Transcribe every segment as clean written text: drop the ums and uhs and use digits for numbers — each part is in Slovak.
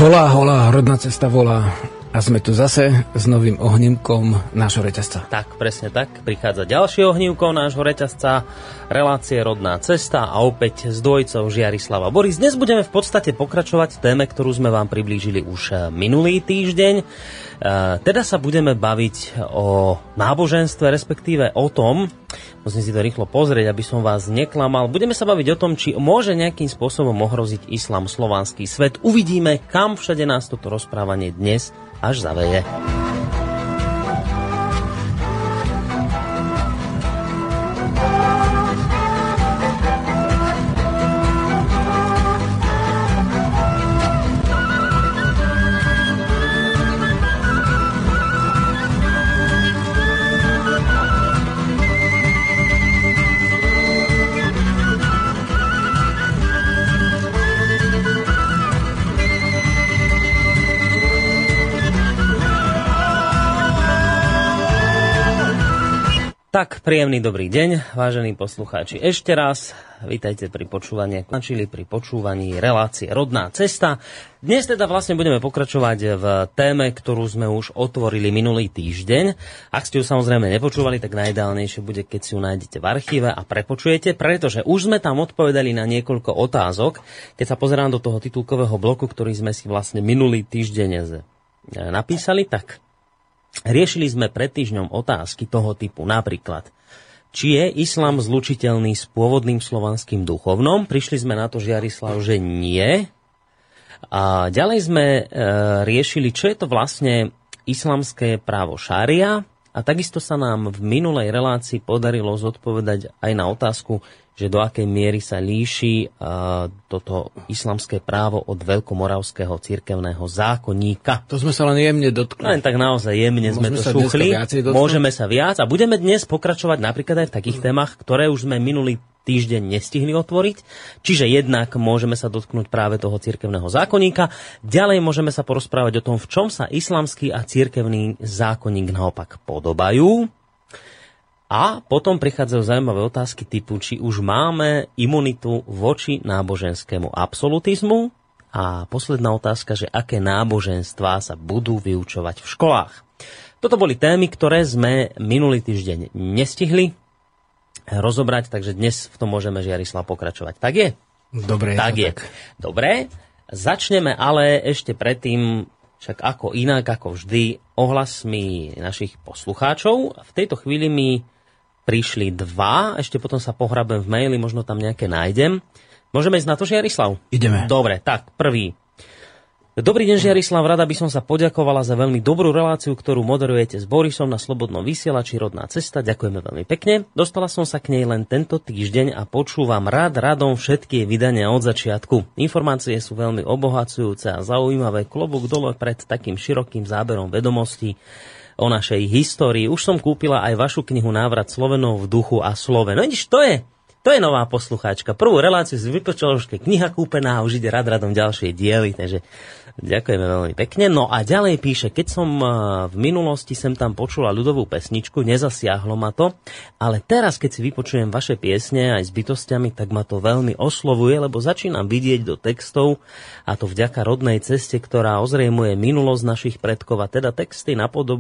Holá, holá, rodná cesta volá. A sme tu zase s novým ohnívkom nášho reťazca. Tak, presne tak. Prichádza ďalšie ohnívko nášho reťazca, relácie Rodná cesta a opäť s dvojicou Žiarislava Boris. Dnes budeme v podstate pokračovať v téme, ktorú sme vám priblížili už minulý týždeň. Teda sa budeme baviť o náboženstve, respektíve o tom, musím si to rýchlo pozrieť, aby som vás neklamal, budeme sa baviť o tom, či môže nejakým spôsobom ohroziť islám slovanský svet. Uvidíme, kam všade nás toto rozprávanie dnes až zaveje. Tak, príjemný dobrý deň, vážení poslucháči. Ešte raz vítajte pri počúvaní, pri počúvaní relácie Rodná cesta. Dnes teda vlastne budeme pokračovať v téme, ktorú sme už otvorili minulý týždeň. Ak ste ju samozrejme nepočúvali, tak najideálnejšie bude, keď si ju nájdete v archíve a prepočujete, pretože už sme tam odpovedali na niekoľko otázok. Keď sa pozerám do toho titulkového bloku, ktorý sme si vlastne minulý týždeň napísali, tak riešili sme pred týždňom otázky toho typu, napríklad, či je islám zlučiteľný s pôvodným slovanským duchovnom. Prišli sme na to, Žiarislav, že nie. A ďalej sme riešili, čo je to vlastne islamské právo šária. A takisto sa nám v minulej relácii podarilo zodpovedať aj na otázku, že do akej miery sa líši toto islamské právo od veľkomoravského cirkevného zákonníka. To sme sa len jemne dotkli. Len tak naozaj jemne sme to šuchli. Môžeme sa viac a budeme dnes pokračovať napríklad aj v takých témach, ktoré už sme minulý týždeň nestihli otvoriť. Čiže jednak môžeme sa dotknúť práve toho cirkevného zákonníka. Ďalej môžeme sa porozprávať o tom, v čom sa islamský a cirkevný zákonník naopak podobajú. A potom prichádzajú zaujímavé otázky typu, či už máme imunitu voči náboženskému absolutizmu. A posledná otázka, že aké náboženstvá sa budú vyučovať v školách. Toto boli témy, ktoré sme minulý týždeň nestihli rozobrať, takže dnes v tom môžeme, Žiarislav, pokračovať. Tak je? Dobre. Tak je. Tak. Dobre, začneme ale ešte predtým, však ako inak, ako vždy, ohlasmi našich poslucháčov. V tejto chvíli mi prišli dva, ešte potom sa pohrabem v maili, možno tam nejaké nájdem. Môžeme ísť na to, Žiarislav? Ideme. Dobre, tak, prvý. Dobrý deň, Žiarislav, rada by som sa poďakovala za veľmi dobrú reláciu, ktorú moderujete s Borisom na Slobodnom vysielači Rodná cesta. Ďakujeme veľmi pekne. Dostala som sa k nej len tento týždeň a počúvam radom všetky vydania od začiatku. Informácie sú veľmi obohacujúce a zaujímavé. Klobúk dole pred takým širokým záberom vedomostí o našej histórii. Už som kúpila aj vašu knihu Návrat Slovenov v duchu a slove. No vidíš, to je nová poslucháčka. Prvú reláciu si vypočula, už keď kniha kúpená a už ide radom ďalšie diely, takže ďakujeme veľmi pekne. No a ďalej píše, keď som v minulosti sem tam počula ľudovú pesničku, nezasiahlo ma to, ale teraz, keď si vypočujem vaše piesne aj s bytostiami, tak ma to veľmi oslovuje, lebo začínam vidieť do textov, a to vďaka Rodnej ceste, ktorá ozrejmuje minulosť našich predkov, a teda texty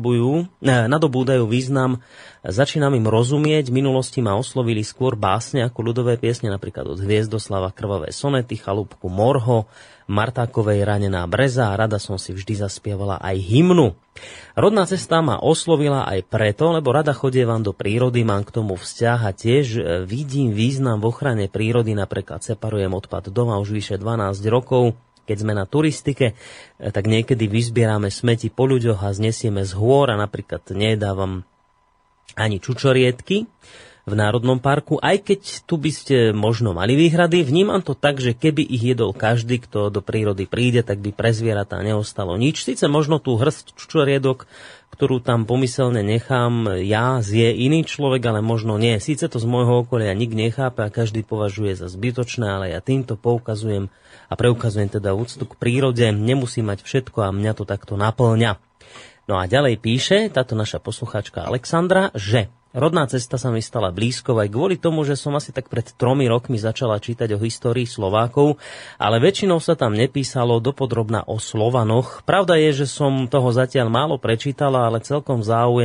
nadobúdajú význam, začínam im rozumieť. V minulosti ma oslovili skôr básne ako ľudové piesne, napríklad od Hviezdoslava Krvavé sonety, Chalúbku Morho, Martákovej Ranená breza, a rada som si vždy zaspievala aj hymnu. Rodná cesta ma oslovila aj preto, lebo rada chodievam do prírody, mám k tomu vzťah a tiež vidím význam v ochrane prírody, napríklad separujem odpad doma už vyše 12 rokov. Keď sme na turistike, tak niekedy vyzbierame smeti po ľuďoch a znesieme z hôr a napríklad nedávam ani čučoriedky v Národnom parku, aj keď tu by ste možno mali výhrady, vnímam to tak, že keby ich jedol každý, kto do prírody príde, tak by pre zvieratá neostalo nič. Sice možno tú hrst čučoriedok, ktorú tam pomyselne nechám ja, zje iný človek, ale možno nie. Sice to z môjho okolia nik nechápe a každý považuje za zbytočné, ale ja týmto poukazujem a preukazujem teda úctu k prírode. Nemusí mať všetko a mňa to takto naplňa. No a ďalej píše táto naša poslucháčka Alexandra, že Rodná cesta sa mi stala blízkou aj kvôli tomu, že som asi tak pred 3 rokmi začala čítať o histórii Slovákov, ale väčšinou sa tam nepísalo dopodrobna o Slovanoch. Pravda je, že som toho zatiaľ málo prečítala, ale celkovo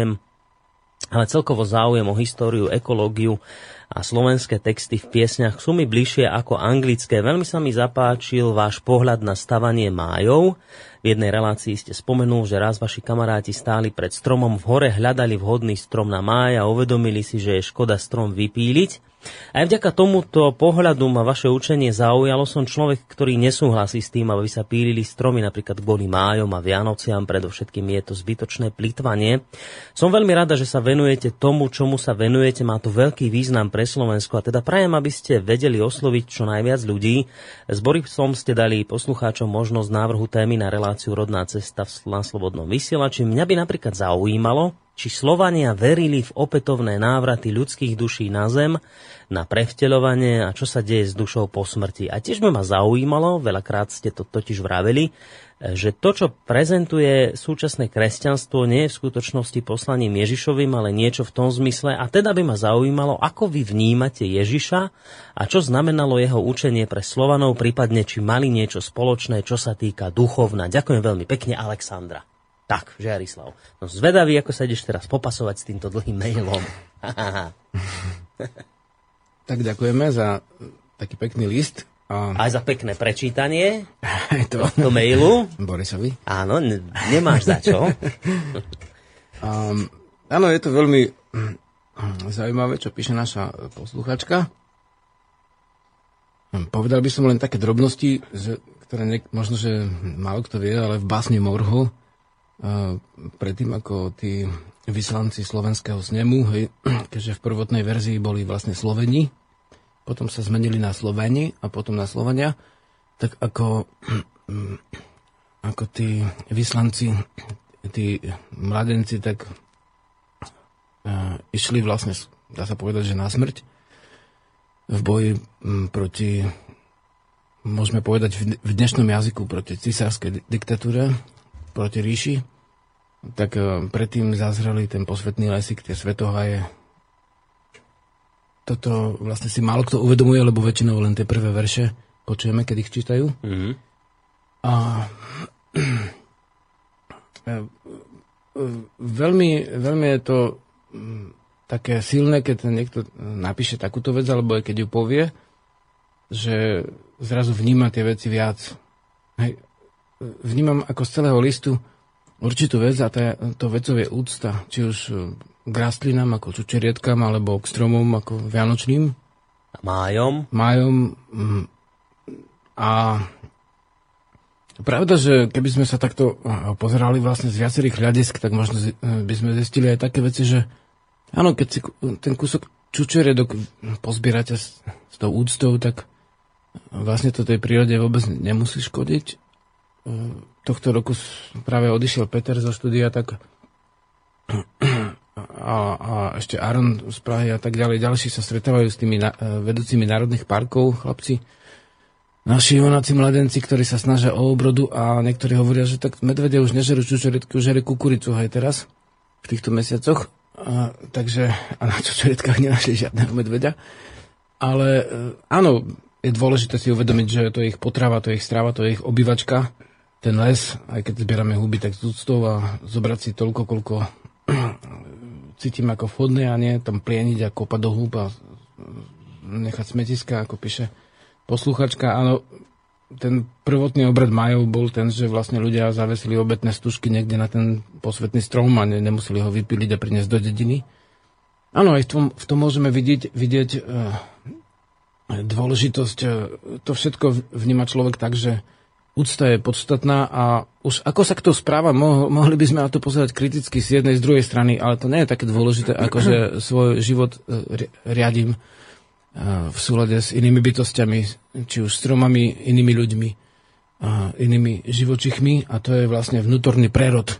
záujem o históriu, ekológiu a slovenské texty v piesňach sú mi bližšie ako anglické. Veľmi sa mi zapáčil váš pohľad na stavanie májov. V jednej relácii ste spomenul, že raz vaši kamaráti stáli pred stromom v hore, hľadali vhodný strom na máj a uvedomili si, že je škoda strom vypíliť. Aj vďaka tomuto pohľadu ma vaše učenie zaujalo. Som človek, ktorý nesúhlasí s tým, aby sa pílili stromy napríklad kvôli májom a Vianociam. Predovšetkým je to zbytočné plytvanie. Som veľmi rada, že sa venujete tomu, čomu sa venujete. Má to veľký význam pre Slovensko a teda prajem, aby ste vedeli osloviť čo najviac ľudí. S Borisom ste dali poslucháčom možnosť návrhu témy na reláciu Rodná cesta na Slobodnom vysielači. Mňa by napríklad zaujímalo, či Slovania verili v opätovné návraty ľudských duší na zem, na prevteľovanie a čo sa deje s dušou po smrti. A tiež by ma zaujímalo, veľakrát ste to totiž vraveli, že to, čo prezentuje súčasné kresťanstvo, nie je v skutočnosti poslaním Ježišovým, ale niečo v tom zmysle. A teda by ma zaujímalo, ako vy vnímate Ježiša a čo znamenalo jeho učenie pre Slovanov, prípadne či mali niečo spoločné, čo sa týka duchovna. Ďakujem veľmi pekne, Alexandra. Tak, Žiarislav. No zvedavý, ako sa ideš teraz popasovať s týmto dlhým mailom. Tak ďakujeme za taký pekný list. Aj za pekné prečítanie to mailu. Borisovi. Áno, nemáš za čo. Áno, je to veľmi zaujímavé, čo píše naša posluchačka. Povedal by som len také drobnosti, ktoré možno, že málo kto vie, ale v básni Morhu predtým, ako tí vyslanci slovenského snemu, keďže v prvotnej verzii boli vlastne Sloveni, potom sa zmenili na Sloveni a potom na Slovania, tak ako tí vyslanci, tí mladenci, tak išli vlastne, dá sa povedať, že na smrť v boji proti, môžeme povedať v dnešnom jazyku, proti cisárskej diktatúre, proti ríši, tak predtým zazreli ten posvetný lesík, tie svetohaje. Toto vlastne si málo kto uvedomuje, lebo väčšinou len tie prvé verše počujeme, keď ich čítajú. Mm-hmm. A veľmi je to také silné, keď niekto napíše takúto vec, alebo aj keď ju povie, že zrazu vníma tie veci viac. Hej. Vnímam ako z celého listu určitú vec a to vecou je úcta, či už k rastlinám ako čučerietkam, alebo k stromom ako vianočným. Májom. A pravda, že keby sme sa takto pozerali vlastne z viacerých hľadisk, tak možno by sme zistili aj také veci, že áno, keď si ten kúsok čučeriedok pozbierate s tou úctou, tak vlastne to tej prírode vôbec nemusí škodiť. Tohto roku práve odišiel Peter zo štúdia, tak a ešte Aron z Prahy a tak ďalej. Ďalší sa stretávajú s tými vedúcimi národných parkov, chlapci. Naši junáci mladenci, ktorí sa snažia o obrodu a niektorí hovoria, že tak medvede už nežerú čučoriedky, už žere kukuricu aj teraz, v týchto mesiacoch. Takže a na čučorietkách nenašli žiadneho medveďa. Ale áno, je dôležité si uvedomiť, že to je ich potrava, to je ich strava, to je ich obývačka. Ten les, aj keď zbierame huby, tak z úctou a zobrať si toľko, koľko cítim ako vhodné a nie tam plieniť a kopať do húb a nechať smetiska, ako píše posluchačka. Áno, ten prvotný obrad májov bol ten, že vlastne ľudia zavesili obetné stužky niekde na ten posvetný strom a nemuseli ho vypíliť a priniesť do dediny. Áno, aj v tom môžeme vidieť dôležitosť. To všetko vníma človek tak, že úcta je podstatná a už ako sa kto správa, mohli by sme na to pozerať kriticky z jednej, z druhej strany, ale to nie je také dôležité, ako že svoj život riadím v súlade s inými bytostiami, či už stromami, inými ľuďmi, inými živočichmi a to je vlastne vnútorný prerod,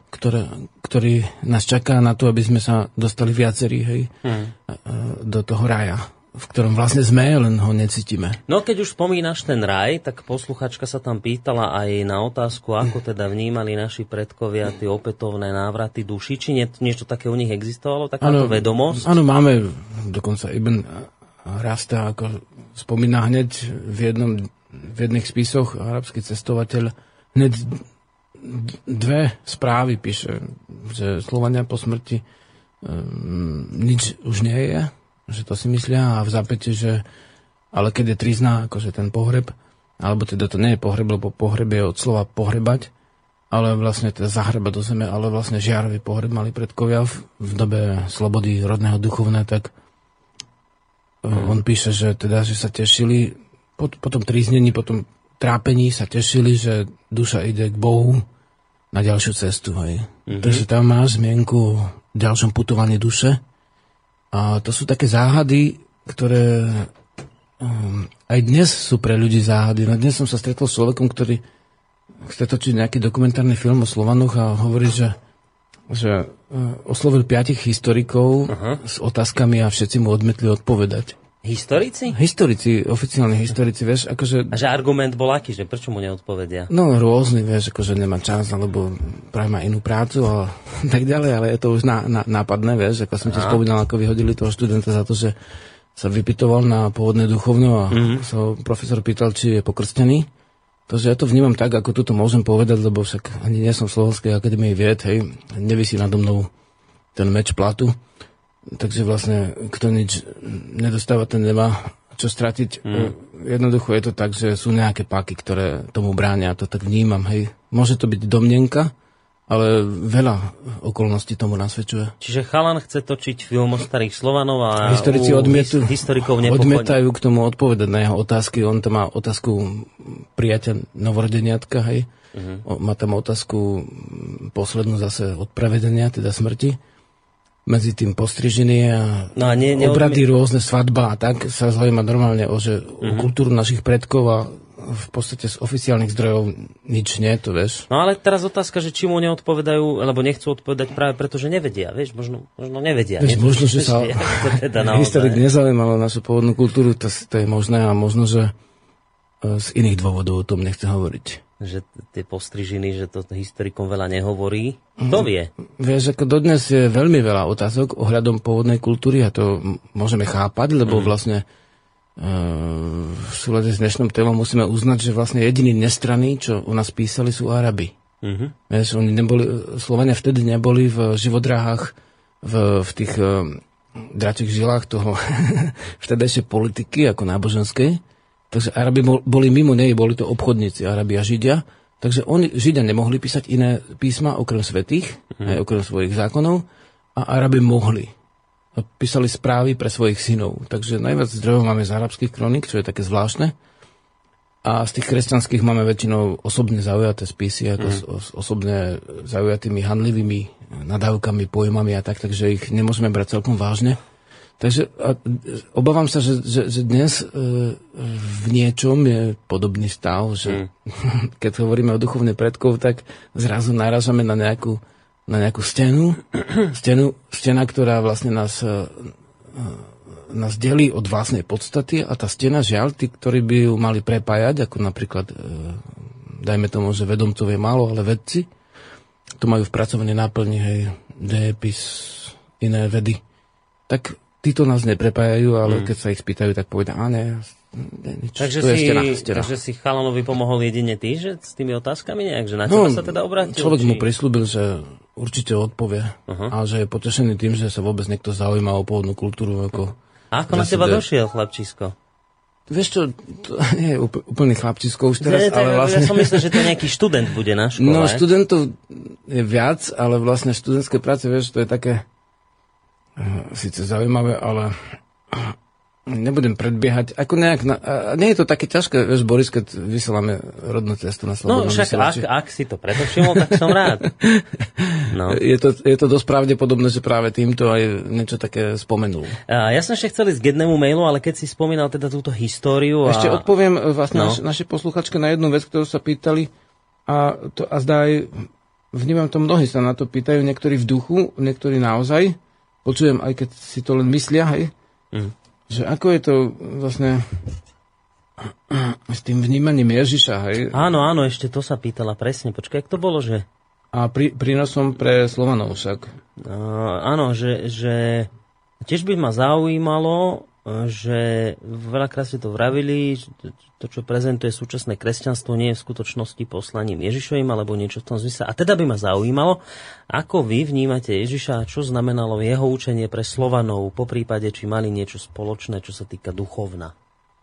ktorý nás čaká na to, aby sme sa dostali viacerí do toho rája. v ktorom vlastne sme, len ho necítime. No keď už spomínaš ten raj, tak posluchačka sa tam pýtala aj na otázku, ako teda vnímali naši predkovia tie opätovné návraty duši, či niečo také u nich existovalo, takáto vedomosť? Áno, máme, dokonca Ibn Rasta, ako spomína hneď v jedných spisoch, arabský cestovateľ, hneď dve správy píše, že Slovania po smrti nič už nie je, že to si myslia, a v zápäti, že ale keď je trizná, akože ten pohreb, alebo teda to nie je pohreb, lebo pohreb je od slova pohrebať, ale vlastne teda zahreba do zeme, ale vlastne žiarový pohreb mali predkovia v dobe slobody rodného duchovné, tak on píše, že teda, že sa tešili po tom tríznení, po tom trápení sa tešili, že duša ide k Bohu na ďalšiu cestu. Hej. Takže tam máš zmienku o ďalšom putovaní duše. A to sú také záhady, ktoré aj dnes sú pre ľudí záhady. No dnes som sa stretol s človekom, ktorý chce točiť nejaký dokumentárny film o Slovanoch a hovorí, že oslovil 5 historikov s otázkami a všetci mu odmietli odpovedať. Historici? Historici, oficiálni historici, vieš, akože... A že argument bol aký, že prečo mu neodpovedia? No, rôzny, vieš, akože nemá čas, alebo práve má inú prácu a tak ďalej, ale je to už nápadné, vieš, ako som ti spomínal, ako vyhodili toho študenta za to, že sa vypytoval na pôvodné duchovno a sa profesor pýtal, či je pokrstený. Takže ja to vnímam tak, ako tu to môžem povedať, lebo však ani nie som v Slovenskej akadémii vied, hej, nevisí nado mnou ten meč platu. Takže vlastne, kto nič nedostáva, ten nemá čo stratiť. Jednoducho je to tak, že sú nejaké páky, ktoré tomu bránia. To tak vnímam, hej. Môže to byť domnenka, ale veľa okolností tomu nasvedčuje. Čiže chalan chce točiť film o starých Slovanov a historici historikov odmietajú k tomu odpovedať na jeho otázky. On tam má otázku prijatia novorodeniatka, hej. Má tam otázku poslednú zase od prevedenia, teda smrti. Medzi tým postriženie a obrady rôzne, svadba a tak sa zaujíma normálne o kultúru našich predkov a v podstate z oficiálnych zdrojov nič nie, to vieš. No ale teraz otázka, že či mu neodpovedajú, alebo nechcú odpovedať práve preto, že nevedia, vieš, možno nevedia. Vieš, možno, že sa historik nezaujímal o našu pôvodnú kultúru, to je možné a možno, že z iných dôvodov o tom nechce hovoriť. Že tie postrižiny, že to historikom veľa nehovorí. Kto vie? Vieš, ako dodnes je veľmi veľa otázok ohľadom pôvodnej kultúry a to môžeme chápať, lebo vlastne v súlade s dnešným témom musíme uznať, že vlastne jediní nestranní, čo u nás písali, sú Arabi. Vieš, Slovania vtedy neboli v živodráhách, v tých dračích žilách toho vtedajšej politiky ako náboženskej. Takže Arabi boli mimo nej, boli to obchodníci, Arabi a Židia. Takže Židia nemohli písať iné písma okrem svätých, aj okrem svojich zákonov, a Arabi mohli. A písali správy pre svojich synov. Takže najviac zdrojov máme z arabských kroník, čo je také zvláštne. A z tých kresťanských máme väčšinou osobne zaujaté spisy, ako osobne zaujatými hanlivými nadávkami, pojmami a tak, takže ich nemôžeme brať celkom vážne. Takže obávam sa, že dnes v niečom je podobný stav, že keď hovoríme o duchovných predkov, tak zrazu narážame na nejakú stenu, ktorá vlastne nás delí od vlastnej podstaty a tá stena, žiaľ, tí, ktorí by ju mali prepájať, ako napríklad, dajme tomu, že vedomcov je málo, ale vedci, to majú v pracovnej náplni, hej, dejepis, iné vedy, tak títo nás neprepájajú, ale keď sa ich spýtajú, tak povedia, nič. Takže si chalanovi pomohol jedine ty, že s tými otázkami nejak, že na teba sa teda obrátil? Človek mu prislúbil, že určite odpovie a že je potešený tým, že sa vôbec niekto zaujíma o pôvodnú kultúru. A ako na teba došiel, chlapčisko? Vieš čo, to nie je úplný chlapčisko už teraz, ale vlastne... Ja som myslel, že to nejaký študent bude na škole. No, študentov je viac, ale vlastne študentské práce, vieš, to je také síce zaujímavé, ale nebudem predbiehať. Ako nejak nie je to také ťažké, vieš, Boris, keď vysielame rodnú cestu na Slobodnom vysielači. Ak si to preto všimol, tak som rád. No. Je to dosť pravdepodobné, že práve týmto aj niečo také spomenul. Ja som ešte chcel ísť k jednému mailu, ale keď si spomínal teda túto históriu... Ešte odpoviem vlastne našej posluchačke na jednu vec, ktorú sa pýtali a zdá aj, vnímam to, mnohí sa na to pýtajú, niektorí v duchu, niektorí naozaj. Počujem, aj keď si to len myslia, hej, že ako je to vlastne s tým vnímaním Ježiša, hej? Áno, ešte to sa pýtala presne. Počkaj, jak to bolo, že... A prínosom pre Slovanov však. Áno, že tiež by ma zaujímalo, že veľakrát ste to vravili, že to, čo prezentuje súčasné kresťanstvo, nie je v skutočnosti poslaním Ježišovým, alebo niečo v tom zmysle. A teda by ma zaujímalo, ako vy vnímate Ježiša a čo znamenalo jeho učenie pre Slovanov, po prípade, či mali niečo spoločné, čo sa týka duchovna.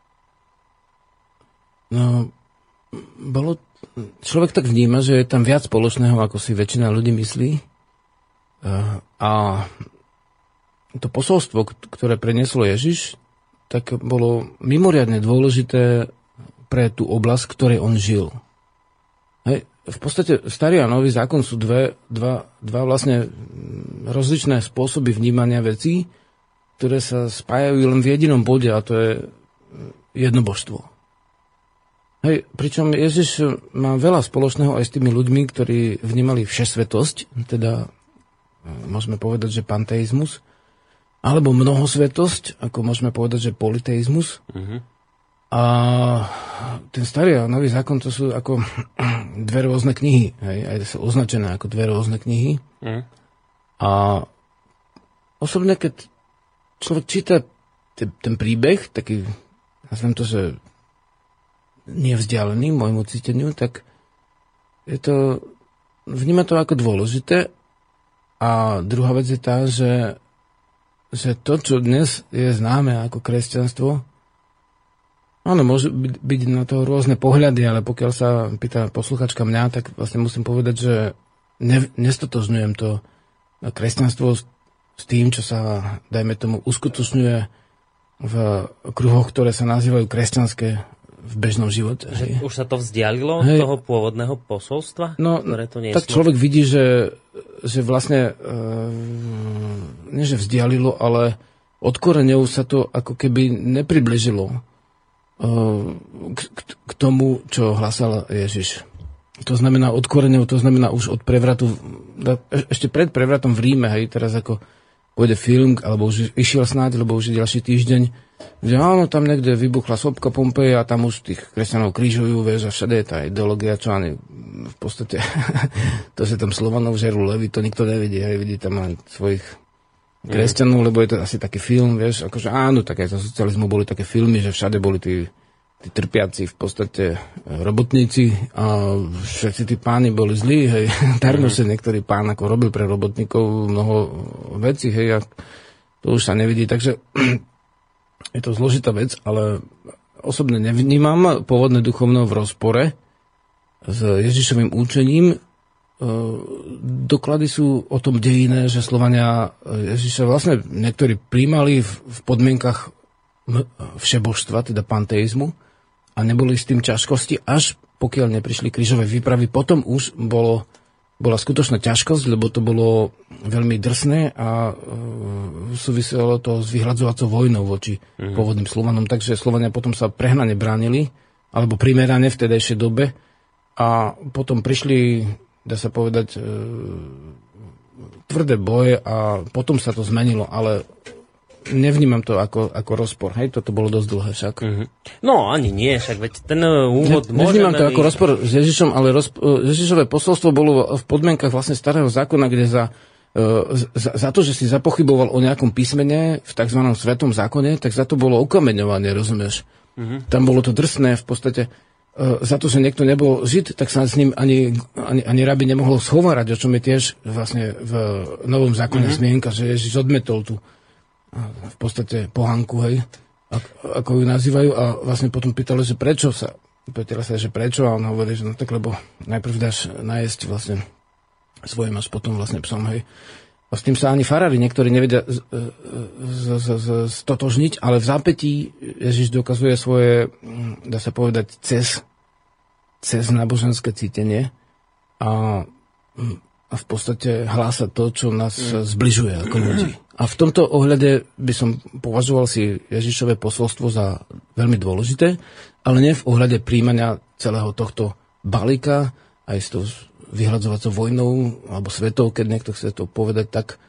No, človek tak vníma, že je tam viac spoločného, ako si väčšina ľudí myslí. A to posolstvo, ktoré prenieslo Ježiš, tak bolo mimoriadne dôležité pre tú oblasť, v ktorej on žil. Hej. V podstate starý a nový zákon sú dva vlastne rozličné spôsoby vnímania vecí, ktoré sa spájajú len v jedinom bode, a to je jednobožstvo. Hej, pričom Ježiš má veľa spoločného aj s tými ľuďmi, ktorí vnímali všesvetosť, teda môžeme povedať, že panteizmus, alebo mnohosvetosť, ako môžeme povedať, že politeizmus. Uh-huh. A ten starý a nový zákon, to sú ako dve rôzne knihy, hej, aj sú označené ako dve rôzne knihy. Uh-huh. A osobne, keď človek číta ten príbeh, taký, nazvem to, že nevzdialený môjmu cíteniu, tak je to, vníma to ako dôležité. A druhá vec je tá, že to, čo dnes je známe ako kresťanstvo, áno, môžu byť na to rôzne pohľady, ale pokiaľ sa pýta posluchačka mňa, tak vlastne musím povedať, že nestotožňujem to kresťanstvo s tým, čo sa, dajme tomu, uskutočňuje v kruhoch, ktoré sa nazývajú kresťanské v bežnom živote. Už sa to vzdialilo od toho pôvodného posolstva? No, ktoré to tak človek vidí, že vlastne nie že vzdialilo, ale od koreňov sa to ako keby nepribližilo k tomu, čo hlásal Ježiš. To znamená od koreňov, to znamená už od prevratu, ešte pred prevratom v Ríme, hej, teraz ako pôjde film, alebo už išiel snáď, lebo už je ďalší týždeň, že áno, tam niekde vybuchla sopka Pompeje a tam už tých kresťanov krížujú, vieš, a všade je tá ideológia, čo ani v podstate to, že tam Slovanov žerú levy, to nikto nevidí, aj vidí tam len svojich kresťanov, lebo je to asi taký film, vieš, akože áno, tak aj za socializmu boli také filmy, že všade boli tí trpiaci v podstate robotníci a všetci tí páni boli zlí, hej, darmo sa niektorý pán ako robil pre robotníkov mnoho vecí, hej, a to už sa nevidí, takže je to zložitá vec, ale osobne nevnímam pôvodné duchovno v rozpore s Ježišovým učením. Doklady sú o tom dejinné, že Slovania Ježiša vlastne niektorí príjmali v podmienkach všebožstva, teda panteizmu, a neboli s tým ťažkosti, až pokiaľ neprišli krížové výpravy. Potom už bola skutočná ťažkosť, lebo to bolo veľmi drsné a súviselo to s vyhľadzovacou vojnou voči pôvodným Slovanom. Takže Slovania potom sa prehnane bránili, alebo primerane v tedajšej dobe. A potom prišli, dá sa povedať, tvrdé boje a potom sa to zmenilo, ale nevnímam to ako rozpor. Hej, toto bolo dosť dlhé však. No, ani nie, však veď ten úvod nevnímam to ako rozpor s Ježišom, ale Ježišové posolstvo bolo v podmienkach vlastne starého zákona, kde za to, že si zapochyboval o nejakom písmene v tzv. Svetom zákone, tak za to bolo ukameňovanie, rozumieš? Tam bolo to drsné v podstate. Za to, že niekto nebol Žid, tak sa s ním ani rabi nemohol schovárať, o čom je tiež vlastne v Novom zákone zmienka, že Ježiš odmetol tú v podstate pohánku, hej, ako ju nazývajú, a vlastne potom pýtali, že prečo sa, že prečo, a on hovorí, že no tak, lebo najprv dáš najesť vlastne svojim až potom vlastne psom, hej. A s tým sa ani farári niektorí nevedia stotožniť, ale v zápätí Ježiš dokazuje svoje, dá sa povedať, cez náboženské cítenie a v podstate hlása to, čo nás zbližuje ako ľudí. A v tomto ohľade by som považoval si Ježišové posolstvo za veľmi dôležité, ale nie v ohľade príjmania celého tohto balíka, aj s tou vyhľadzovacou vojnou, alebo svetou, keď niekto chce to povedať tak.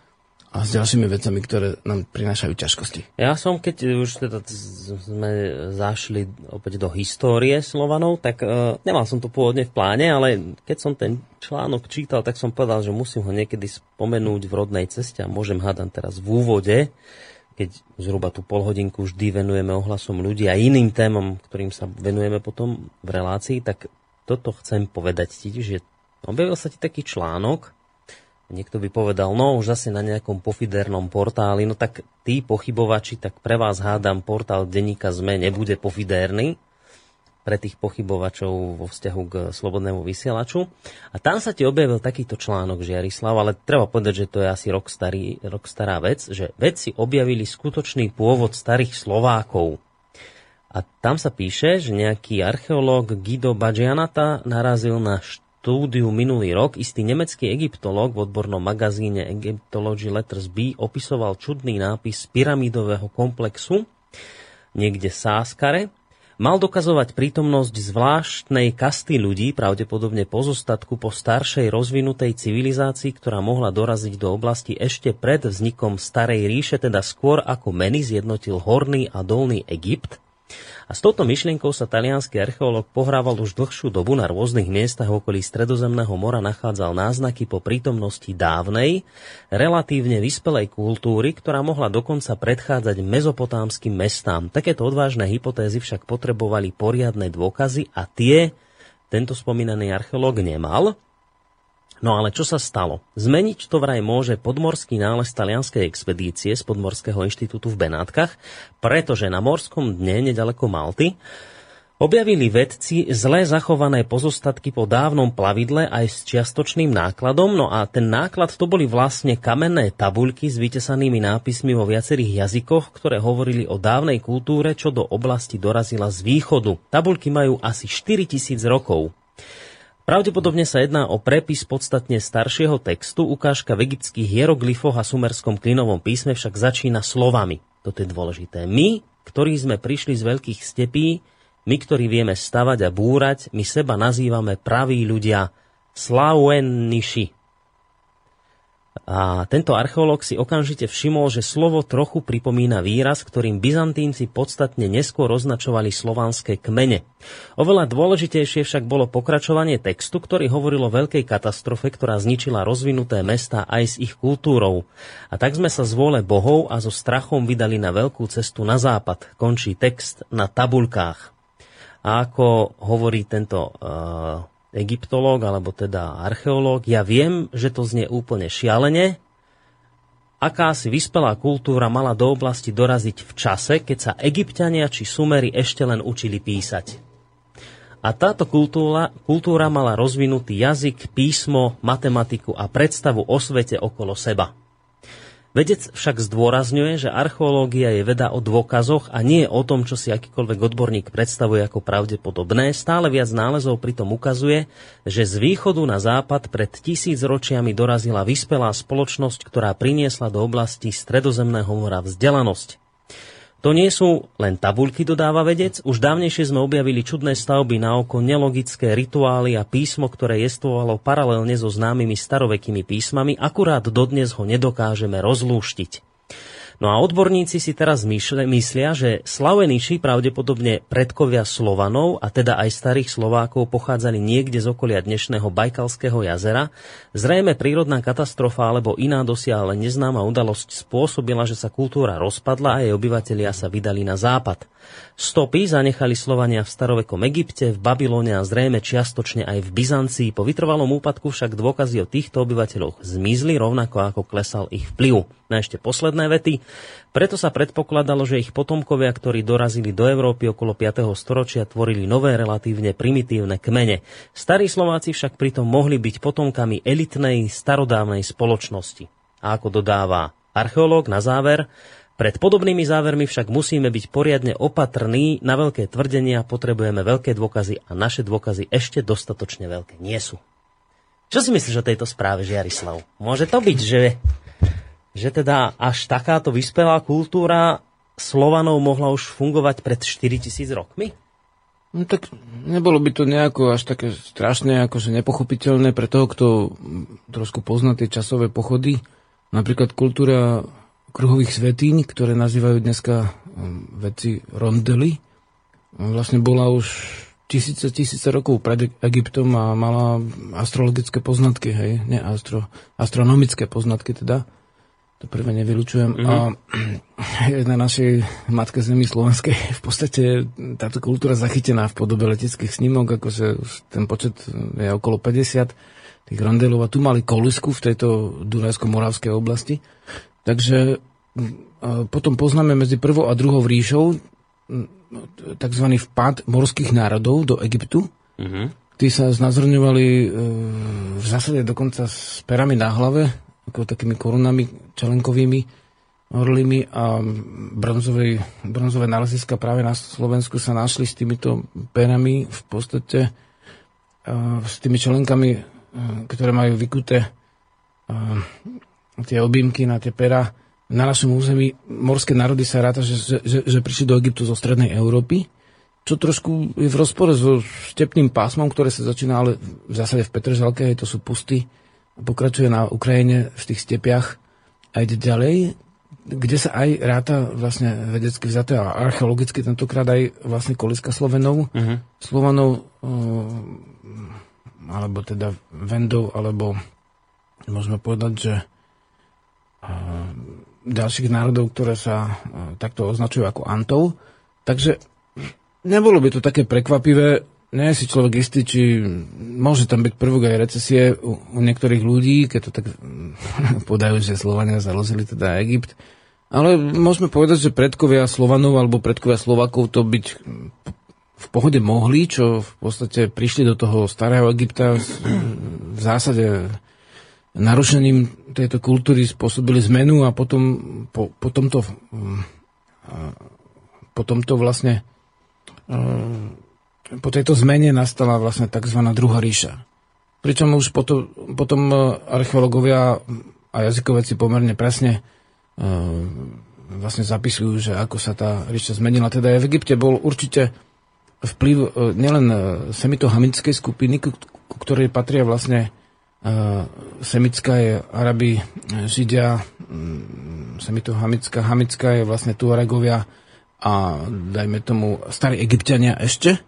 a s ďalšími vecami, ktoré nám prinášajú ťažkosti. Ja som, keď už teda sme zašli opäť do histórie Slovanov, tak nemal som to pôvodne v pláne, ale keď som ten článok čítal, tak som povedal, že musím ho niekedy spomenúť v rodnej ceste a môžem hádam teraz v úvode, keď zhruba tú polhodinku vždy venujeme ohlasom ľudí a iným témam, ktorým sa venujeme potom v relácii, tak toto chcem povedať ti, že objavil sa ti taký článok. Niekto by povedal, no už zase na nejakom pofidernom portáli, no tak tí pochybovači, tak pre vás hádam portál denníka SME nebude pofidérny, pre tých pochybovačov vo vzťahu k slobodnému vysielaču. A tam sa ti objavil takýto článok, Žiarislav, ale treba povedať, že to je asi rok stará vec, že vedci objavili skutočný pôvod starých Slovákov. A tam sa píše, že nejaký archeológ Guido Bagianata narazil na štúdiu minulý rok. Istý nemecký egyptológ v odbornom magazíne Egyptology Letters B opisoval čudný nápis pyramidového komplexu niekde v Sáskare. Mal dokazovať prítomnosť zvláštnej kasty ľudí, pravdepodobne pozostatku po staršej rozvinutej civilizácii, ktorá mohla doraziť do oblasti ešte pred vznikom Starej ríše, teda skôr ako Meny zjednotil Horný a Dolný Egypt. A s touto myšlienkou sa taliansky archeológ pohrával už dlhšiu dobu. Na rôznych miestach okolí Stredozemného mora nachádzal náznaky po prítomnosti dávnej, relatívne vyspelej kultúry, ktorá mohla dokonca predchádzať mezopotámskym mestám. Takéto odvážne hypotézy však potrebovali poriadne dôkazy a tie tento spomínaný archeológ nemal. No ale čo sa stalo? Zmeniť to vraj môže podmorský nález talianskej expedície z Podmorského inštitútu v Benátkach, pretože na morskom dne nedaleko Malty objavili vedci zle zachované pozostatky po dávnom plavidle aj s čiastočným nákladom. No a ten náklad to boli vlastne kamenné tabuľky s vytesanými nápismi vo viacerých jazykoch, ktoré hovorili o dávnej kultúre, čo do oblasti dorazila z východu. Tabuľky majú asi 4000 rokov. Pravdepodobne sa jedná o prepis podstatne staršieho textu. Ukážka v egyptských hieroglyfoch a sumerskom klinovom písme však začína slovami. Toto je dôležité. My, ktorí sme prišli z veľkých stepí, my, ktorí vieme stavať a búrať, my seba nazývame praví ľudia Slaueniši. A tento archeológ si okamžite všimol, že slovo trochu pripomína výraz, ktorým Byzantínci podstatne neskôr označovali slovanské kmene. Oveľa dôležitejšie však bolo pokračovanie textu, ktorý hovoril o veľkej katastrofe, ktorá zničila rozvinuté mestá aj s ich kultúrou. A tak sme sa z vôle bohov a so strachom vydali na veľkú cestu na západ. Končí text na tabuľkách. A ako hovorí tento egyptológ, alebo teda archeológ, ja viem, že to znie úplne šialene. Akási vyspelá kultúra mala do oblasti doraziť v čase, keď sa Egypťania či Sumeri ešte len učili písať. A táto kultúra mala rozvinutý jazyk, písmo, matematiku a predstavu o svete okolo seba. Vedec však zdôrazňuje, že archeológia je veda o dôkazoch a nie o tom, čo si akýkoľvek odborník predstavuje ako pravdepodobné. Stále viac nálezov pritom ukazuje, že z východu na západ pred 1000 ročiami dorazila vyspelá spoločnosť, ktorá priniesla do oblasti Stredozemného mora vzdelanosť. To nie sú len tabuľky, dodáva vedec. Už dávnejšie sme objavili čudné stavby na oko, nelogické rituály a písmo, ktoré jestvovalo paralelne so známymi starovekými písmami, akurát dodnes ho nedokážeme rozlúštiť. No a odborníci si teraz myslia, že Slaueniši, pravdepodobne predkovia Slovanov, a teda aj starých Slovákov, pochádzali niekde z okolia dnešného Bajkalského jazera. Zrejme prírodná katastrofa alebo iná dosiaľ neznáma udalosť spôsobila, že sa kultúra rozpadla a jej obyvatelia sa vydali na západ. Stopy zanechali Slovania v starovekom Egypte, v Babylone a zrejme čiastočne aj v Byzancii. Po vytrvalom úpadku však dôkazy o týchto obyvateľoch zmizli, rovnako ako klesal ich vplyv. Na ešte posledné vety. Preto sa predpokladalo, že ich potomkovia, ktorí dorazili do Európy okolo 5. storočia, tvorili nové relatívne primitívne kmene. Starí Slováci však pritom mohli byť potomkami elitnej starodávnej spoločnosti. A ako dodáva archeológ na záver, pred podobnými závermi však musíme byť poriadne opatrní. Na veľké tvrdenia potrebujeme veľké dôkazy a naše dôkazy ešte dostatočne veľké nie sú. Čo si myslíš o tejto správe, Žiarislav? Môže to byť, že teda až takáto vyspelá kultúra Slovanov mohla už fungovať pred 4000 rokmi? No tak nebolo by to nejako až také strašné, akože nepochopiteľné pre toho, kto trošku pozná tie časové pochody Napríklad kultúra kruhových svetíň, ktoré nazývajú dneska vedci rondely, vlastne bola už tisíce rokov pred Egyptom a mala astrologické poznatky, hej, nie astronomické poznatky teda. To prvé nevylučujem. A na našej matke zemi slovenskej v podstate táto kultúra zachytená v podobe leteckých snímok, akože už ten počet je okolo 50 tých rondelov a tu mali kolisku v tejto Dunajsko-Moravskej oblasti. Takže potom poznáme medzi prvou a druhou ríšou takzvaný vpád morských národov do Egyptu. Tí sa znázorňovali v zásade dokonca s perami na hlave, ako takými korunami čelenkovými, orlými a bronzové náleziska práve na Slovensku sa našli s týmito perami v podstate s tými čelenkami, ktoré majú vykuté tie objímky na tie pera. Na našom území morské národy sa ráta, že prišli do Egyptu zo strednej Európy, čo trošku je v rozpore so stepným pásmom, ktoré sa začína ale v zásade v Petržalke, to sú pusty, pokračuje na Ukrajine v tých stepiach a ide ďalej, kde sa aj ráta vlastne vedecky vzaté a archeologicky tentokrát aj vlastne koliska Slovenov. Slovanov, alebo teda Vendov, alebo môžeme povedať, že ďalších národov, ktoré sa takto označujú ako Antov. Takže nebolo by to také prekvapivé. Nie je si človek istý, či môže tam byť prvok aj recesie u niektorých ľudí, keď to tak podajú, že Slovania založili teda Egypt. Ale môžeme povedať, že predkovia Slovanov alebo predkovia Slovákov to byť v pohode mohli, čo v podstate prišli do toho starého Egypta v zásade narušením tejto kultúry spôsobili zmenu a potom po tomto vlastne po tejto zmene nastala vlastne tzv. Druhá ríša. Pričom už potom archeológovia a jazykovedci pomerne presne vlastne zapisujú, že ako sa tá ríša zmenila. Teda v Egypte bol určite vplyv nielen semito-hamickej skupiny, ku ktorej patria vlastne semitská je Arabi, Židia, semito-hamická, hamická je vlastne Tuaregovia a dajme tomu starí Egypťania ešte,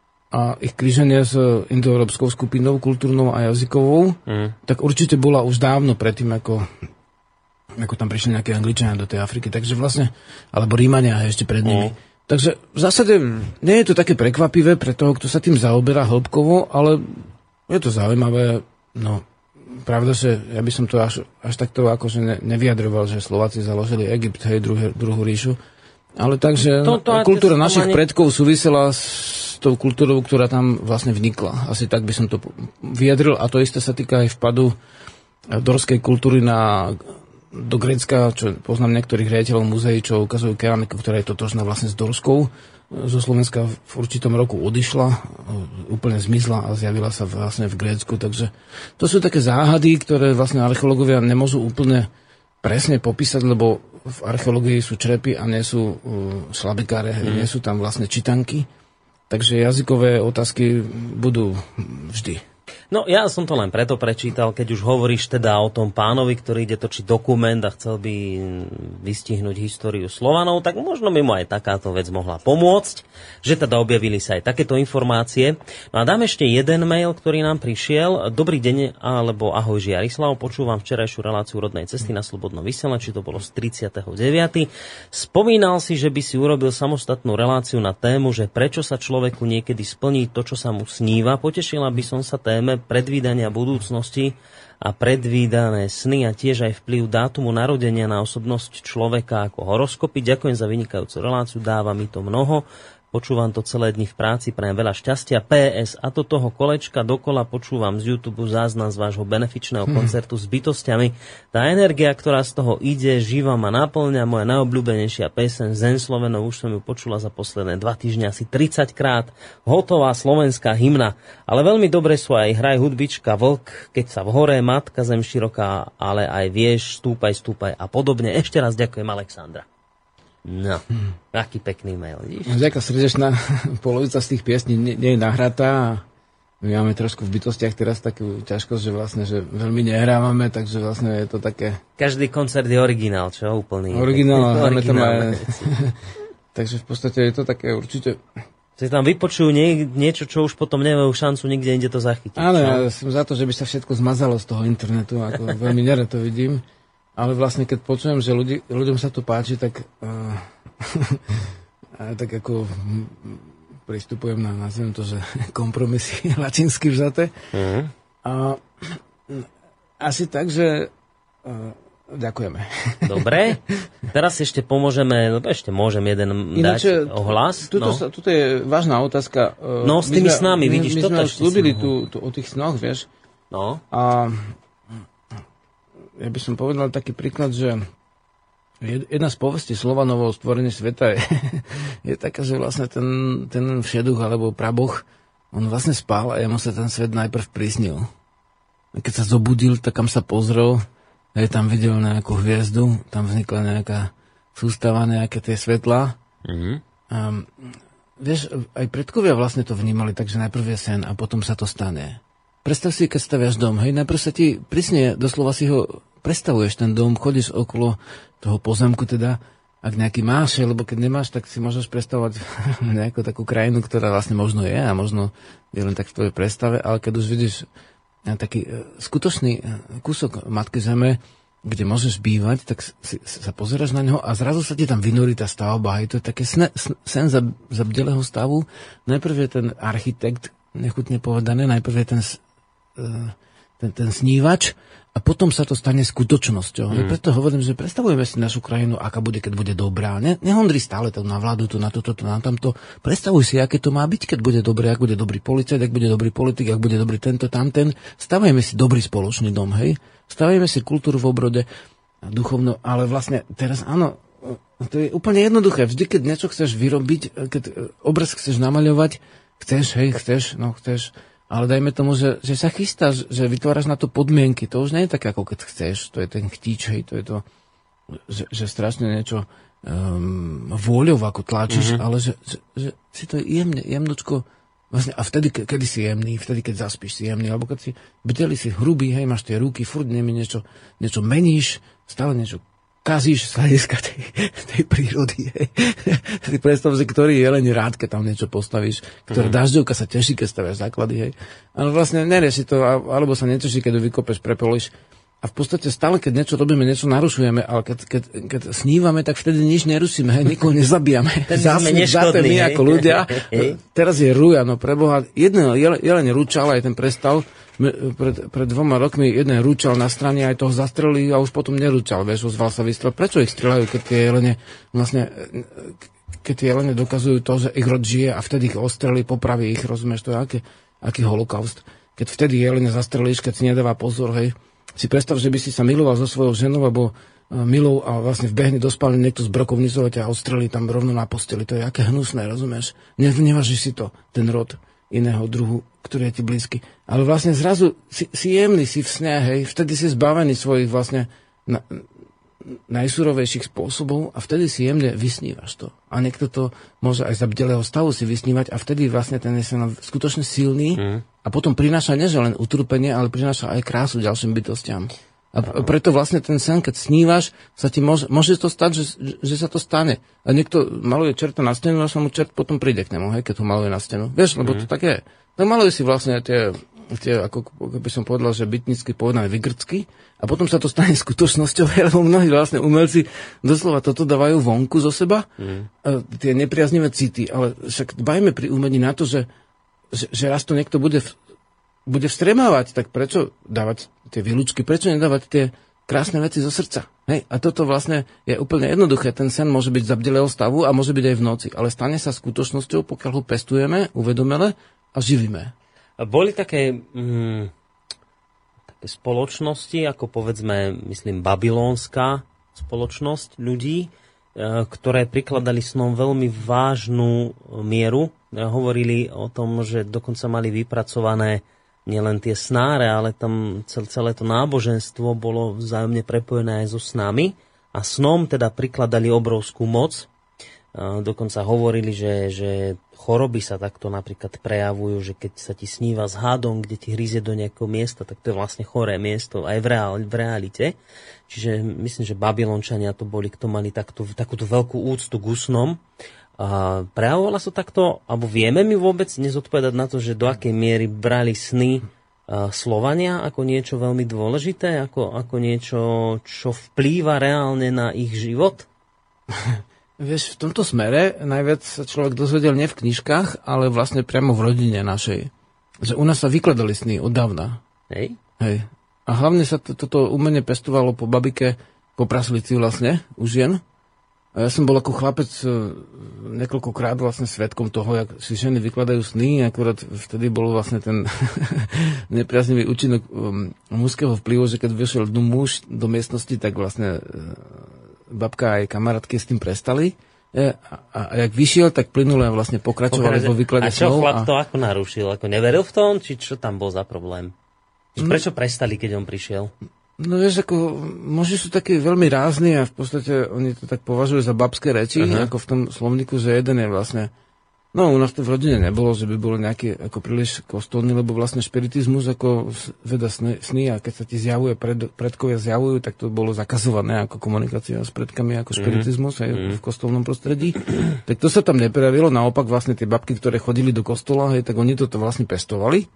a ich kríženie s indoeurópskou skupinou, kultúrnou a jazykovou, tak určite bola už dávno predtým, ako tam prišli nejaké Angličania do tej Afriky. Takže vlastne, alebo Rímania ešte pred nimi. Takže v zásade nie je to také prekvapivé pre toho, kto sa tým zaoberá hĺbkovo, ale je to zaujímavé. No, pravda, že ja by som to až takto akože nevyjadroval, že Slováci založili Egypt, hej, druhú ríšu. Ale takže kultúra našich predkov súvisela s tou kultúrou, ktorá tam vlastne vnikla. Asi tak by som to vyjadril. A to isté sa týka aj vpadu dorskej kultúry do Grécka, čo poznám niektorých riaditeľov múzeí, čo ukazujú keramiku, ktorá je totožná vlastne s dorskou. Zo Slovenska v určitom roku odišla, úplne zmizla a zjavila sa vlastne v Grécku. Takže to sú také záhady, ktoré vlastne archeológovia nemôžu úplne presne popísať, lebo v archeológii sú črepy a nie sú šlabikáre, nie sú tam vlastne čítanky. Takže jazykové otázky budú vždy. No ja som to len preto prečítal, keď už hovoríš teda o tom pánovi, ktorý ide točiť dokument a chcel by vystihnúť históriu Slovanov, tak možno by mu aj takáto vec mohla pomôcť, že teda objavili sa aj takéto informácie. No a dám ešte jeden mail, ktorý nám prišiel. Dobrý deň, alebo ahoj Žiarislav, počúvam včerajšiu reláciu Rodnej cesty na Slobodnom vysielači, to bolo z 39. Spomínal si, že by si urobil samostatnú reláciu na tému, že prečo sa človeku niekedy splní to, čo sa mu sníva. Potešila by som sa téme predvídania budúcnosti a predvídané sny a tiež aj vplyv dátumu narodenia na osobnosť človeka ako horoskopy. Ďakujem za vynikajúcu reláciu, dáva mi to mnoho. Počúvam to celé dni v práci, prajem veľa šťastia. PS, a to toho kolečka dokola počúvam z YouTube záznam z vášho benefičného koncertu s bytostiami. Tá energia, ktorá z toho ide, živa ma naplňa. Moja najobľúbenejšia peseň Zen Slovenov, už som ju počula za posledné 2 týždne asi 30 krát. Hotová slovenská hymna. Ale veľmi dobre sú aj Hraj hudbička, Vlk, Keď sa v hore, Matka zem široká, ale aj Vieš, Stúpaj, stúpaj a podobne. Ešte raz ďakujem, Alexandra. No, aký pekný mail, vidíš? Ďaká srdečná, polovica z tých piesní nie je nahratá. My máme trošku v bytostiach teraz takú ťažkosť, že vlastne, že veľmi nehrávame, takže vlastne je to také... Každý koncert je originál, čo? Úplný. Originál, máme tam aj... Takže v podstate je to také určite... Si tam vypočujú niečo, čo už potom nemajú šancu nikde inde to zachytiť. Áno, ja som za to, že by sa všetko zmazalo z toho internetu, ako veľmi nerad to vidím. Ale vlastne, keď počujem, že ľuďom sa to páči, tak tak ako pristupujem nazviem to, že kompromisy latinsky vzaté. A asi tak, že ďakujeme. Dobre. Teraz ešte pomôžeme, môžem jeden dať ohlas. Tuto je vážna otázka. No, s tými snami, vidíš, toto ešte. My sme slúbili o tých snoch, vieš. No. A ja by som povedal taký príklad, že jedna z povestí Slovanov o stvorení sveta je taká, že vlastne ten všeduch alebo praboch, on vlastne spal a jemu sa ten svet najprv prisnil. A keď sa zobudil, tak kam sa pozrel, tam videl nejakú hviezdu, tam vznikla nejaká sústava, nejaké tie svetlá. Vieš, aj predkovia vlastne to vnímali, takže najprv je sen a potom sa to stane. Predstav si, keď staviaš dom, najprv sa ti prisnie, doslova si ho predstavuješ, ten dom, chodíš okolo toho pozemku teda, ak nejaký máš, lebo keď nemáš, tak si môžeš predstavovať nejakú takú krajinu, ktorá vlastne možno je a možno je len tak v tvojej predstave, ale keď už vidíš taký skutočný kúsok Matky Zeme, kde môžeš bývať, tak sa pozeráš na neho a zrazu sa ti tam vynorí tá stavba. Je to také sen zabdelého stavu. Najprv je ten architekt, nechutne povedané, najprv je ten snívač a potom sa to stane skutočnosťou. Preto hovorím, že predstavujeme si našu krajinu, aká bude, keď bude dobrá. Nehondri stále to na vládu, tu na toto, tu na tamto. Predstavuj si, aké to má byť, keď bude dobré, ak bude dobrý policajt, ak bude dobrý politik, ak bude dobrý tento, tamten. Stavajme si dobrý spoločný dom, hej? Stavajme si kultúru v obrode, duchovno, ale vlastne teraz áno, to je úplne jednoduché. Vždy, keď niečo chceš vyrobiť, keď obraz chceš namaľovať, chceš, ale dajme tomu, že sa chystáš, že vytváraš na to podmienky. To už nie je tak, ako keď chceš. To je ten chtíč, to je to, že strašne niečo vôľou ako tlačíš, ale že si to jemnočko vlastne, a vtedy, kedy si jemný, vtedy, keď zaspíš, si jemný, alebo keď si bdeli, si hrubý, máš tie ruky, furt niečo meníš, stále niečo kazíš z hľadiska tej prírody. Si predstav si, ktorý jeleň rád, keď tam niečo postavíš, ktorá dažďovka sa teší, keď staviaš základy. Ale vlastne nerieši to, alebo sa neteší, keď ju vykopeš, prepolíš. A v podstate stále, keď niečo robíme, niečo narušujeme, ale keď snívame, tak vtedy nič nerušíme, nikoho nezabíjame. Zase my ako ľudia. Teraz je rúja, no preboha. Jeden jeleň rúčal, aj ten prestav, pred 2 rokmi jeden rúčal na strane, aj toho zastrelili a už potom nerúčal, vieš, ozval sa výstrel. Prečo ich strieľajú, keď tie jelene dokazujú to, že ich rod žije a vtedy ich ostrelí, popraví ich, rozumieš, to je aký holokaust. Keď vtedy jelene zastrelíš, keď si nedáva pozor, hej, si predstav, že by si sa miloval so svojou ženou, alebo milou a vlastne vbehne do spálne niekto z brokovnicov a ťa ostrelí tam rovno na posteli. To je aké hnusné, rozumieš? Nevážiš si to, ten rod iného druhu, ktorý je ti blízky. Ale vlastne zrazu si jemný, si v sne, hej, vtedy si zbavený svojich vlastne najsurovejších spôsobov a vtedy si jemne vysnívaš to. A niekto to môže aj za bdelého stavu si vysnívať a vtedy vlastne ten je skutočne silný a potom prináša nie len utrpenie, ale prináša aj krásu ďalším bytostiam. A preto vlastne ten sen, keď snívaš, sa ti môže to stať, že sa to stane. A niekto maluje čerta na stenu a sa mu čert potom príde k nemu, hej, keď ho maluje na stenu. Vieš, lebo to tak je. Tak maluje si vlastne tie, ako by som povedal, že bytnicky povedané vygrcky a potom sa to stane skutočnosťou, lebo mnohí vlastne umelci doslova toto dávajú vonku zo seba, tie nepriaznivé city, ale však dbajme pri umení na to, že raz to niekto bude vstremávať, tak prečo dávať tie výlučky, prečo nedávať tie krásne veci zo srdca? Hej? A toto vlastne je úplne jednoduché. Ten sen môže byť za bdelého stavu a môže byť aj v noci, ale stane sa skutočnosťou, pokiaľ ho pestujeme, uvedomele a živíme. Boli také spoločnosti, ako povedzme, myslím, babylonská spoločnosť ľudí, ktoré prikladali snom veľmi vážnu mieru. Hovorili o tom, že dokonca mali vypracované nielen tie snáre, ale tam celé to náboženstvo bolo vzájomne prepojené aj so snami a snom teda prikladali obrovskú moc. Dokonca hovorili, že choroby sa takto napríklad prejavujú, že keď sa ti sníva s hadom, kde ti hryzie do nejakého miesta, tak to je vlastne choré miesto aj v realite. Čiže myslím, že Babylončania to boli, kto mali takúto veľkú úctu k snom. Prejavovala sa takto, alebo vieme mi vôbec nezodpovedať na to, že do akej miery brali sny Slovania ako niečo veľmi dôležité, ako niečo, čo vplýva reálne na ich život? Vieš, v tomto smere najviac sa človek dozvedel nie v knižkách, ale vlastne priamo v rodine našej. Že u nás sa vykladali sny od dávna. Hej. A hlavne sa toto umenie pestovalo po babike, po praslici vlastne, u žien. A ja som bol ako chlapec niekoľkokrát vlastne svedkom toho, jak si ženy vykladajú sny, akurát vtedy bol vlastne ten nepriaznivý účinok mužského vplyvu, že keď vyšiel muž do miestnosti, tak vlastne babka aj kamarátky s tým prestali. A jak vyšiel, tak plynule vlastne pokračovali vo výklade snov. A čo chlap to ako narušil? Ako neveril v tom? Či čo tam bol za problém? Prečo prestali, keď on prišiel? No vieš, ako muži sú takí veľmi rázni a v podstate oni to tak považujú za babské reči, ako v tom slovníku, že jeden je vlastne... No u nás to v rodine nebolo, že by bolo nejaký ako príliš kostolný, lebo vlastne špiritizmus ako veda sny a keď sa ti zjavuje, predkovia zjavujú, tak to bolo zakazované ako komunikácia s predkami, ako špiritizmus aj v kostolnom prostredí. Tak to sa tam neprejavilo, naopak vlastne tie babky, ktoré chodili do kostola, hej, tak oni to vlastne pestovali.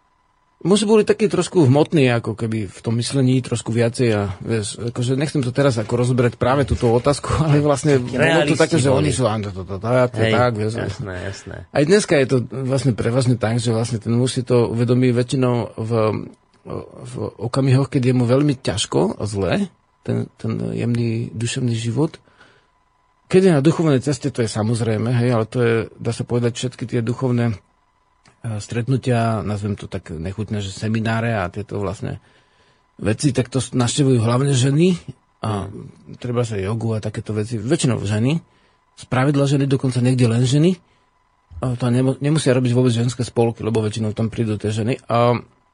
Muži boli takí trošku hmotní, ako keby v tom myslení trošku viacej a vieš, akože nechcem to teraz ako rozoberať práve túto otázku, ale vlastne bolo to také, že oni sú tak, vieš. Jasné. Aj dneska je to vlastne prevažne tak, že vlastne ten muž si to uvedomí väčšinou v okamihoch, keď je mu veľmi ťažko a zle, ten jemný duševný život. Keď je na duchovnej ceste, to je samozrejme, hej, ale to je, dá sa povedať, všetky tie duchovné stretnutia, nazvem to tak nechutne, že semináre a tieto vlastne veci, tak to navštevujú hlavne ženy a treba sa jogu a takéto veci, väčšinou ženy, spravidla ženy, dokonca niekde len ženy. A to nemusia robiť vôbec ženské spolky, lebo väčšinou tam prídu tie ženy. A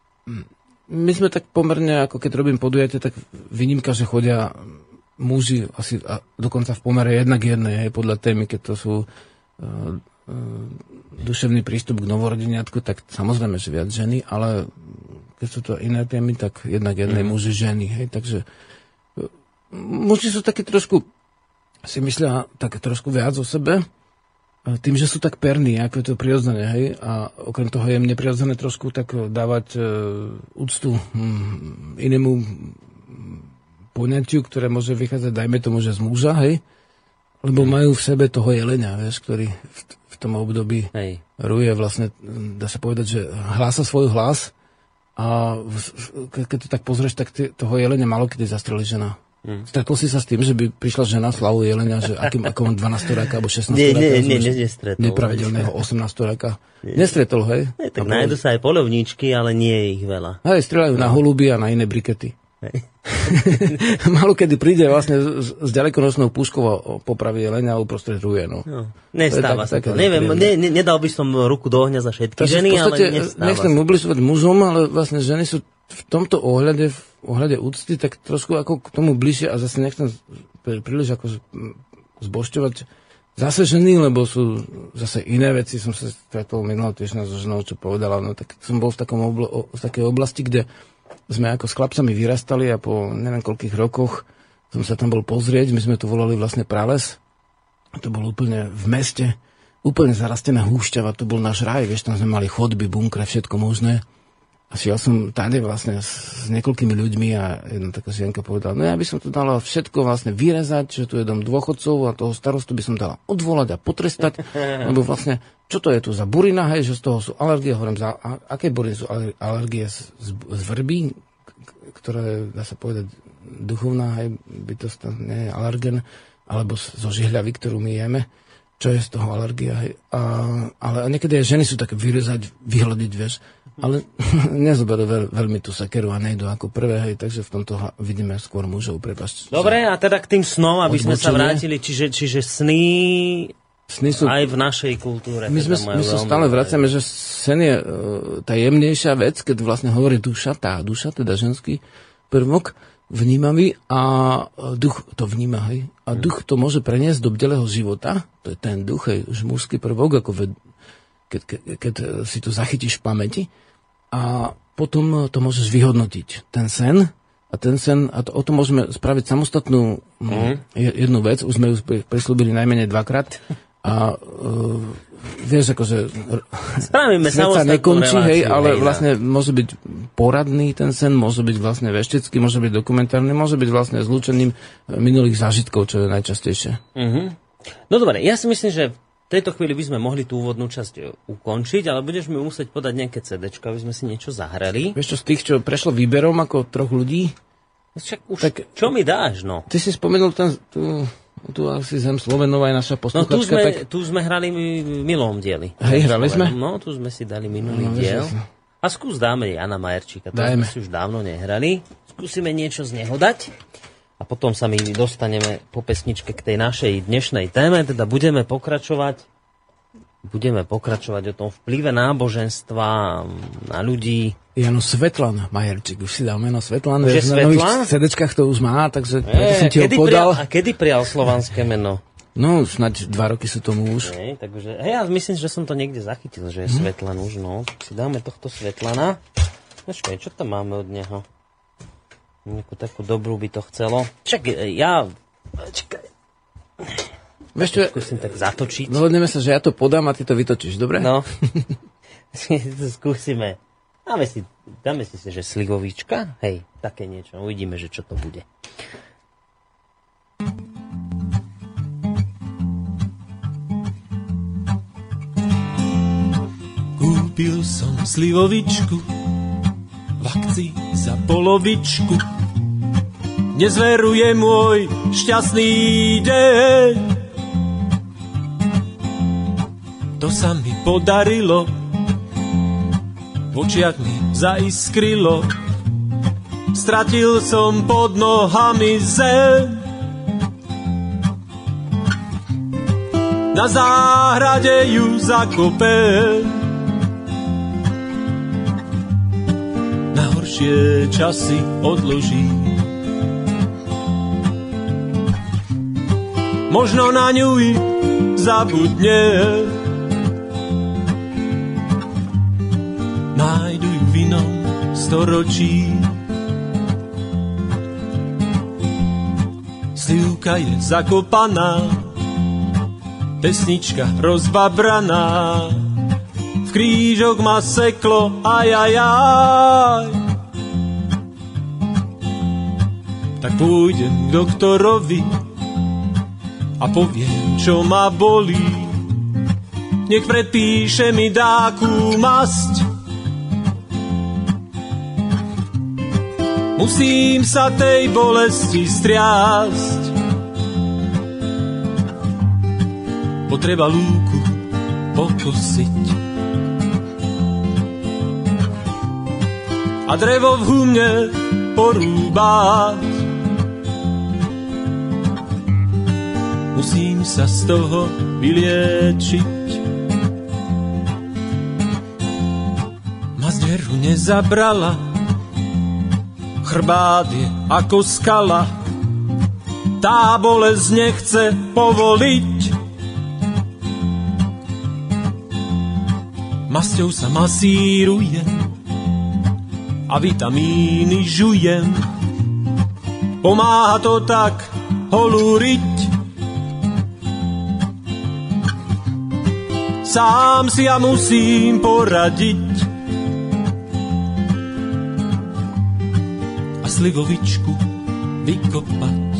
my sme tak pomerne, ako keď robím podujatie, tak výnimka, že chodia muži asi a dokonca v pomere 1:1, podľa témy, keď to sú duševný prístup k novorodeniatku, tak samozrejme, že viac ženy, ale keď sú to iné témy, tak 1:1 muži, ženy. Hej. Takže muži sú také trošku, si myslia tak trošku viac o sebe, tým, že sú tak perní, ako je to prirodzené, hej, a okrem toho je mne prirodzené trošku tak dávať úctu inému poňatiu, ktoré môže vychádzať, dajme tomu, že z muža, hej, lebo majú v sebe toho jelenia, vieš, ktorý v tom období ruje vlastne, dá sa povedať, že hlása svoj hlas a keď to tak pozrieš, tak toho jelenia malo kedy zastrelí žena. Stretol si sa s tým, že by prišla žena slavu jelenia, že ako on 12-ráka alebo 16-ráka? Nestretol. Nepravidelného 18-ráka? Nestretol, hej? Tak nájdu sa aj poľovníčky, ale nie je ich veľa. Hej, strieľajú na holuby a na iné brikety. Málo kedy príde vlastne s ďalekonosnou puškou a popraví jelenia uprostred ruje. No. Nestáva sa to. Neviem, nedal by som ruku do ohňa za všetky ženy, ale nestáva. Nechcem ubližovať mužom, ale vlastne ženy sú v tomto ohľade úcty tak trošku ako k tomu bližšie a zase nechcem príliš ako zbožťovať zase ženy, lebo sú zase iné veci. Som sa stretol minulého týždňa so ženou, čo povedala, no tak som bol v takej oblasti, kde sme ako s chlapcami vyrastali a po neviem koľkých rokoch som sa tam bol pozrieť. My sme to volali vlastne prales. To bolo úplne v meste, úplne zarastená húšťava. To bol náš raj, vieš, tam sme mali chodby, bunkre, všetko možné. A šiel som tady vlastne s niekoľkými ľuďmi a jedna taká žienka povedala, no ja by som to dala všetko vlastne vyrezať, že tu je dom dôchodcov a toho starostu by som dala odvolať a potrestať, lebo vlastne, čo to je tu za burina, hej, že z toho sú alergie, hovorím, aké buriny sú alergie z vrby, ktoré, dá sa povedať, duchovná, hej, bytost, nie je alergen, alebo zo žihľavy, ktorú my jeme, čo je z toho alergia, hej. Ale niekedy aj ženy sú také vyrezať, vyhľadiť, vieš, ale nezoberú veľmi tú sakeru a nejdu ako prvé, hej, takže v tomto vidíme skôr mužov, prepáčte. Dobre, a teda k tým snom, aby sme sa vrátili, čiže sny sú aj v našej kultúre. My sa stále vraciame, že sen je tá jemnejšia vec, keď vlastne hovorí duša, teda ženský prvok, vnímavý a duch to vníma, hej. A duch to môže preniesť do bdelého života, to je ten duch, hej, už mužský prvok, ako keď si to zachytíš v pamäti a potom to môžeš vyhodnotiť, ten sen, a o tom môžeme spraviť samostatnú jednu vec, už sme ju prislúbili najmenej 2-krát a vieš, akože svet sa nekončí, hej, ale vlastne môže byť poradný ten sen, môže byť vlastne veštecký, môže byť dokumentárny, môže byť vlastne zlúčením minulých zážitkov, čo je najčastejšie. No dobre, ja si myslím, že v tejto chvíli by sme mohli tú úvodnú časť ukončiť, ale budeš mi musieť podať nejaké CDčko, aby sme si niečo zahrali. Vieš čo, z tých, čo prešlo výberom ako 3 ľudí? Však už tak, čo mi dáš, no? Ty si spomenul tu asi Zem Slovenova je naša posluchačka. No tu sme hrali v minulom dieli. Hej, hrali sme? No, tu sme si dali minulý diel. A dáme Jana Majerčíka, to sme si už dávno nehrali. Skúsime niečo z neho dať. A potom sa my dostaneme po pesničke k tej našej dnešnej téme, teda budeme pokračovať o tom vplyve náboženstva na ľudí. Jano Svetlan Majerčík, už si dal meno Svetlan. Už je Svetlan? V nových CDčkách to už má, takže preto som ti ho podal. A kedy prijal slovanské meno? No, snáď 2 roky sú tomu už. Takže, ja myslím, že som to niekde zachytil, že je Svetlan už, no. Tak si dáme tohto Svetlana. Počkaj, čo tam máme od neho? Nejakú takú dobrú by to chcelo. Čakaj. Vieš čo? Skúsim tak zatočiť. Dohodneme sa, že ja to podám a ty to vytočíš, dobre? No. Skúsime. Dáme si, že slivovička? Hej, také niečo. Uvidíme, že čo to bude. Kúpil som slivovičku v akcii za polovičku. Dnes veruje môj šťastný deň. To sa mi podarilo, v očiach mi zaiskrilo, stratil som pod nohami zem. Na záhrade ju zakopem, na horšie časy odložím. Možno na ňu i zabudnem, nájdu ju v inom storočí. Slivka je zakopaná, pesnička rozbabraná, v krížok ma seklo, ajajaj. Tak pôjdem k doktorovi a poviem, čo ma bolí. Nech predpíše mi dáku masť. Musím sa tej bolesti striasť. Potreba lúku pokosiť. A drevo v humne porúbať. Musím sa z toho vyliečiť. Mazdieru nezabrala, chrbát je ako skala, tá bolesť nechce povoliť. Masťou sa masírujem a vitamíny žujem, pomáha to tak holúriť. Sám si ja musím poradiť a slivovičku vykopať.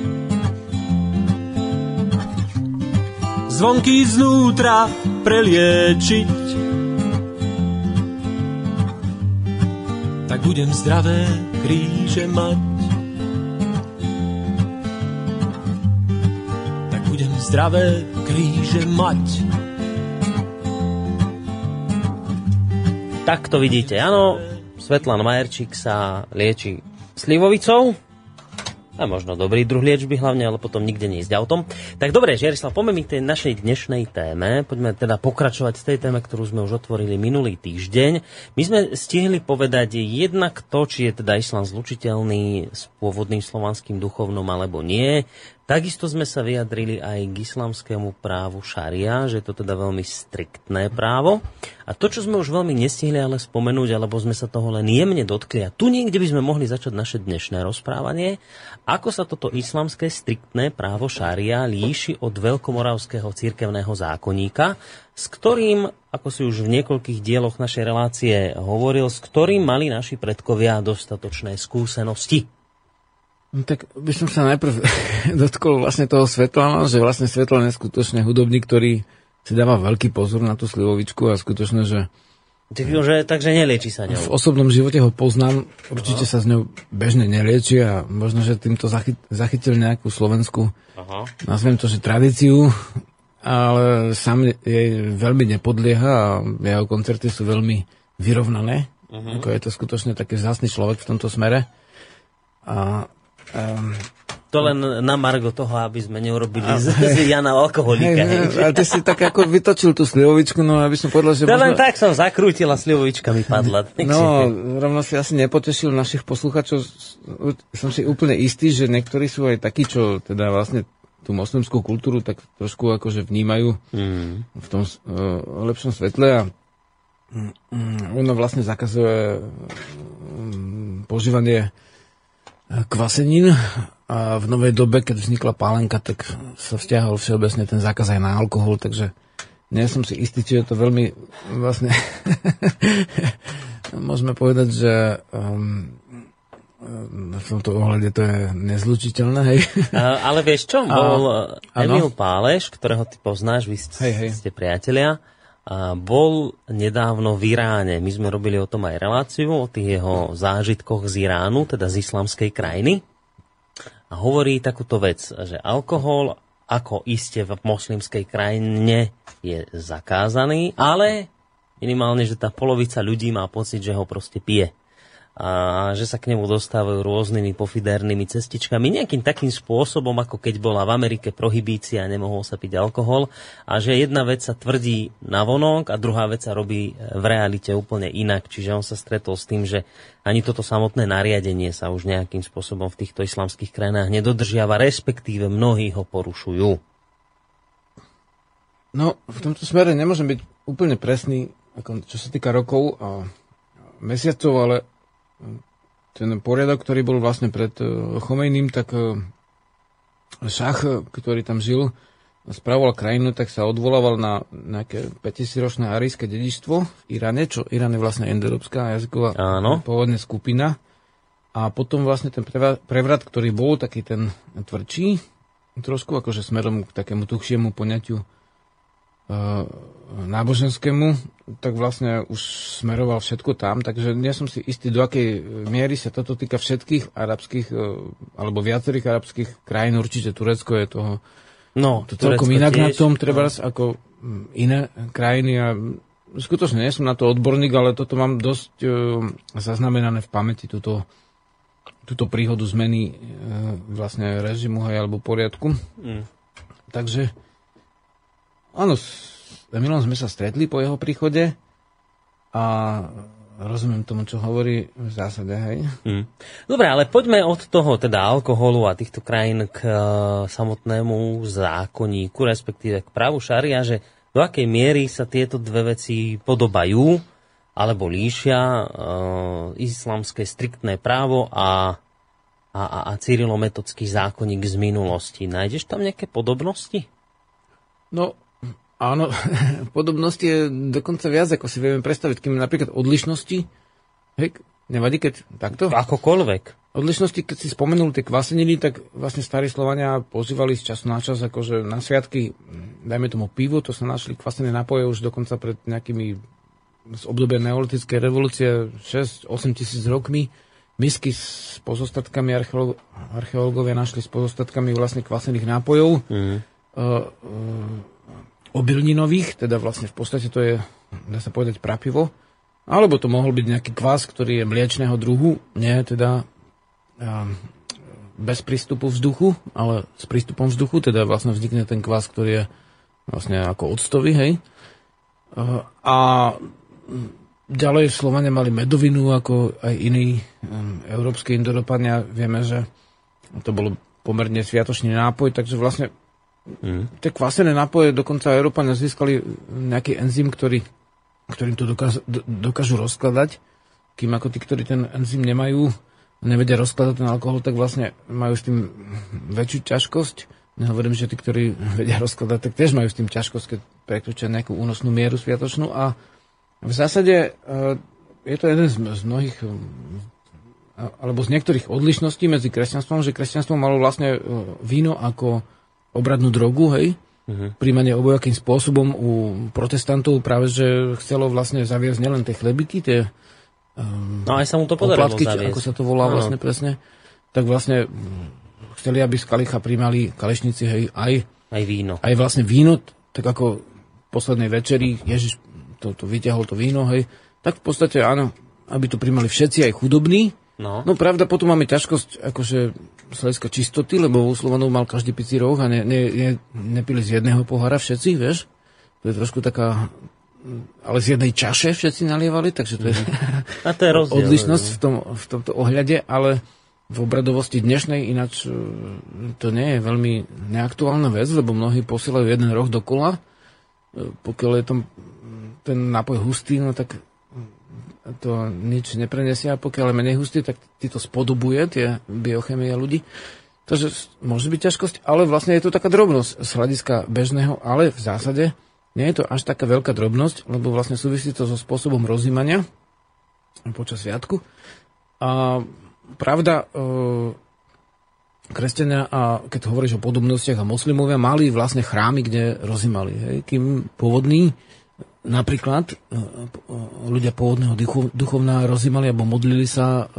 Zvonky znútra preliečiť, tak budem zdravé kríže mať. Tak budem zdravé kríže mať. Tak to vidíte, áno, Svetlan Majerčík sa lieči slivovicou. A možno dobrý druh liečby hlavne, ale potom nikde neísť autom. Tak dobre, Žiarislav, poďme k tej našej dnešnej téme. Poďme teda pokračovať v tej téme, ktorú sme už otvorili minulý týždeň. My sme stihli povedať jednak to, či je teda islám zlučiteľný s pôvodným slovanským duchovnom alebo nie. Takisto sme sa vyjadrili aj k islamskému právu šaria, že je to teda veľmi striktné právo. A to, čo sme už veľmi nestihli ale spomenúť, alebo sme sa toho len jemne dotkli, a tu niekde by sme mohli začať naše dnešné rozprávanie, ako sa toto islamské striktné právo šaria líši od veľkomoravského cirkevného zákonníka, s ktorým, ako si už v niekoľkých dieloch našej relácie hovoril, s ktorým mali naši predkovia dostatočné skúsenosti. No, tak by som sa najprv dotkol vlastne toho Svetlana, že vlastne Svetlan je skutočne hudobník, ktorý si dáva veľký pozor na tú slivovičku a skutočne, že takže nelieči sa ňou. V osobnom živote ho poznám, určite sa s ňou bežne nelieči a možno, že týmto zachytil nejakú slovenskú, nazviem to, že tradíciu, ale sám jej veľmi nepodlieha a jeho koncerty sú veľmi vyrovnané. Ako je to skutočne taký vzácny človek v tomto smere. A to len na margo toho, aby sme neurobili z Jana alkoholika. Ale ty si tak ako vytočil tú slivovičku, no aby som povedal, že... Len tak som zakrútil a slivovička mi padla. No, rovno si asi nepotešil našich posluchačov. Som si úplne istý, že niektorí sú aj takí, čo teda vlastne tú moslimskú kultúru tak trošku akože vnímajú v tom lepšom svetle a ono vlastne zakazuje používanie kvasenín a v novej dobe, keď vznikla pálenka, tak sa vzťahol všeobecne ten zákaz aj na alkohol, takže nie som si istý, či je to veľmi vlastne môžeme povedať, že v tomto ohľade to je nezlučiteľné, hej. Ale vieš čo, bol Emil Páleš, ktorého ty poznáš, vy ste priatelia, bol nedávno v Iráne. My sme robili o tom aj reláciu, o tých jeho zážitkoch z Iránu, teda z islamskej krajiny. A hovorí takúto vec, že alkohol, ako iste v moslimskej krajine, je zakázaný, ale minimálne, že tá polovica ľudí má pocit, že ho proste pije. A že sa k nemu dostávajú rôznymi pofidérnymi cestičkami, nejakým takým spôsobom, ako keď bola v Amerike prohibícia a nemohol sa piť alkohol, a že jedna vec sa tvrdí navonok a druhá vec sa robí v realite úplne inak. Čiže on sa stretol s tým, že ani toto samotné nariadenie sa už nejakým spôsobom v týchto islamských krajinách nedodržiava, respektíve mnohí ho porušujú. No, v tomto smere nemôžem byť úplne presný, čo sa týka rokov a mesiacov, ale ten poriadok, ktorý bol vlastne pred Chomejným, tak šach, ktorý tam žil, spravoval krajinu, tak sa odvolával na nejaké 5000-ročné arijské dedičstvo v Iráne, čo Irán je vlastne indoeurópska jazyková pôvodne skupina. A potom vlastne ten prevrat, ktorý bol taký ten tvrdší, trošku akože smerom k takému tuhšiemu poňatiu náboženskému, tak vlastne už smeroval všetko tam, takže nie som si istý, do akej miery sa toto týka všetkých arabských, alebo viacerých arabských krajín, určite Turecko je toho to celkom inak tiež, na tom, treba ako iné krajiny a skutočne nie som na to odborník, ale toto mám dosť zaznamenané v pamäti, túto príhodu zmeny vlastne režimu alebo poriadku. Takže áno, s Emilom sme sa stretli po jeho príchode a rozumiem tomu, čo hovorí v zásade, hej. Dobre, ale poďme od toho teda alkoholu a týchto krajín k samotnému zákonníku, respektíve k právu šaria, že do akej miery sa tieto dve veci podobajú alebo líšia, islamské striktné právo a cyrilometodský zákonník z minulosti. Nájdeš tam nejaké podobnosti? No, áno, podobnosti je dokonca viac, ako si vieme predstaviť, kým napríklad odlišnosti, hej, nevadí, keď takto? Akokoľvek. Odlišnosti, keď si spomenul tie kvaseniny, tak vlastne starí Slovania používali z času na čas, akože na sviatky, dajme tomu pivo, to sa našli kvasené nápoje už dokonca pred nejakými z obdobia neolitickej revolúcie 6-8 tisíc rokmi. Misky s pozostatkami archeológovia našli s pozostatkami vlastne kvasených nápojov. Obilninových, teda vlastne v podstate to je, dá sa povedať, prapivo, alebo to mohol byť nejaký kvás, ktorý je mliečného druhu, nie teda bez prístupu vzduchu, ale s prístupom vzduchu, teda vlastne vznikne ten kvás, ktorý je vlastne ako octový, hej. A ďalej Slovania mali medovinu, ako aj iní európske Indoeurópania. Vieme, že to bolo pomerne sviatočný nápoj, takže vlastne tie kvasené nápoje dokonca Európania získali nejaký enzym, ktorým to dokážu rozkladať, kým ako tí, ktorí ten enzym nemajú, nevedia rozkladať ten alkohol, tak vlastne majú s tým väčšiu ťažkosť. Nehovorím, že tí, ktorí vedia rozkladať, tak tiež majú s tým ťažkosť, keď prekročia nejakú únosnú mieru sviatočnú. A v zásade je to jeden z mnohých alebo z niektorých odlišností medzi kresťanstvom, že kresťanstvo malo vlastne víno ako obradnú drogu, hej, príjmanie obojakým spôsobom. U protestantov práve, že chcelo vlastne zaviesť nielen tie chlebiky, tie no aj sa mu to podarilo oplatky, zaviesť. ako sa to volá vlastne presne, tak vlastne chceli, aby z kalicha príjmali kalešnici, hej, aj víno. Aj vlastne víno, tak ako v poslednej večeri Ježiš to vyťahol to víno, hej, tak v podstate áno, aby to príjmali všetci, aj chudobní. No pravda, potom máme ťažkosť akože z hľadiska čistoty, lebo u Slovanov mal každý picí roh a nepili z jedného pohára všetci, vieš. To je trošku taká, ale z jednej čaše všetci nalievali, takže to je, a to je rozdiel, odlišnosť v tomto ohľade, ale v obradovosti dnešnej ináč to nie je veľmi neaktuálna vec, lebo mnohí posielajú jeden roh dokola. Pokiaľ je ten nápoj hustý, no tak to nič neprenesia, pokiaľ je menej hustý, tak ti to spodobuje, tie biochemie ľudí. Takže môže byť ťažkosť, ale vlastne je to taká drobnosť z hľadiska bežného, ale v zásade nie je to až taká veľká drobnosť, lebo vlastne súvisí to so spôsobom rozjímania počas sviatku. A pravda, kresťania, a keď hovoríš o podobnostiach a moslimovia, mali vlastne chrámy, kde rozjímali. Hej? Kým pôvodní napríklad ľudia pôvodného duchovná rozjímali alebo modlili sa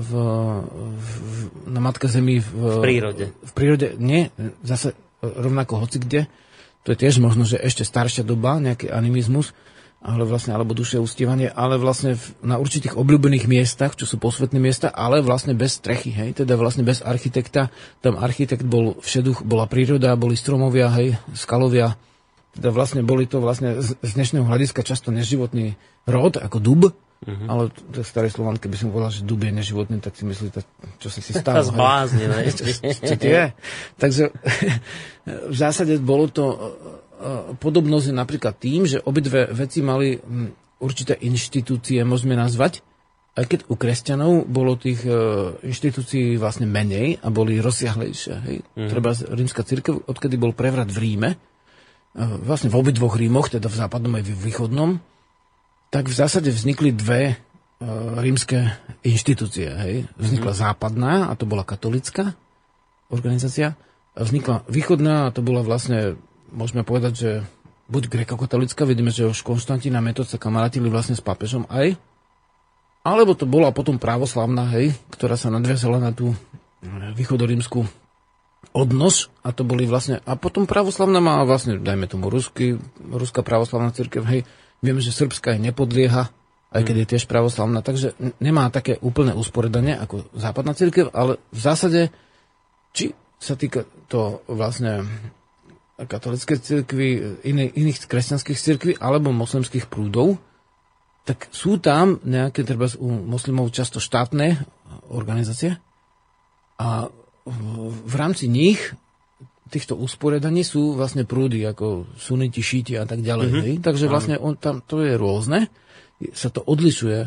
na Matke Zemi v prírode. V prírode nie, zase rovnako hocikde. To je tiež možno, že ešte staršia doba, nejaký animizmus, ale vlastne, alebo duše uctievanie, ale vlastne na určitých obľúbených miestach, čo sú posvetné miesta, ale vlastne bez strechy, hej, teda vlastne bez architekta. Tam architekt bol všeduch, bola príroda, boli stromovia, hej, skalovia. Teda vlastne boli to vlastne z dnešného hľadiska často neživotný rod, ako dub, ale v starej Slovanke by som povedal, že dub je neživotný, tak si myslíte, čo si stalo. Zblázni, ne? Čo ti je? Takže v zásade bolo to podobnosť napríklad tým, že obidve veci mali určité inštitúcie, môžeme nazvať, aj keď u kresťanov bolo tých inštitúcií vlastne menej a boli rozsiahlejšie. Hej? Treba rímska cirkev, odkedy bol prevrat v Ríme, vlastne v obidvoch Rímoch, teda v západnom aj v východnom, tak v zásade vznikli dve rímske inštitúcie. Hej. Vznikla západná, a to bola katolická organizácia, a vznikla východná, a to bola vlastne, môžeme povedať, že buď grékokatolická, vidíme, že už Konštantín a Metod sa kamarátili vlastne s pápežom aj, alebo to bola potom pravoslavná, hej, ktorá sa nadviazala na tú východorímsku odnož, a to boli vlastne, a potom pravoslavná má vlastne, dajme tomu ruská pravoslavná cirkev, hej, vieme, že srbská je nepodlieha, aj keď je tiež pravoslavná, takže nemá také úplné usporiadanie ako západná cirkev, ale v zásade, či sa týka to vlastne katolíckej cirkvi, iných kresťanských cirkví alebo moslimských prúdov, tak sú tam nejaké, treba u moslimov často štátne organizácie, a v rámci nich, týchto usporiadaní, sú vlastne prúdy, ako suniti, šíti a tak ďalej. Takže vlastne tam to je rôzne. Sa to odlišuje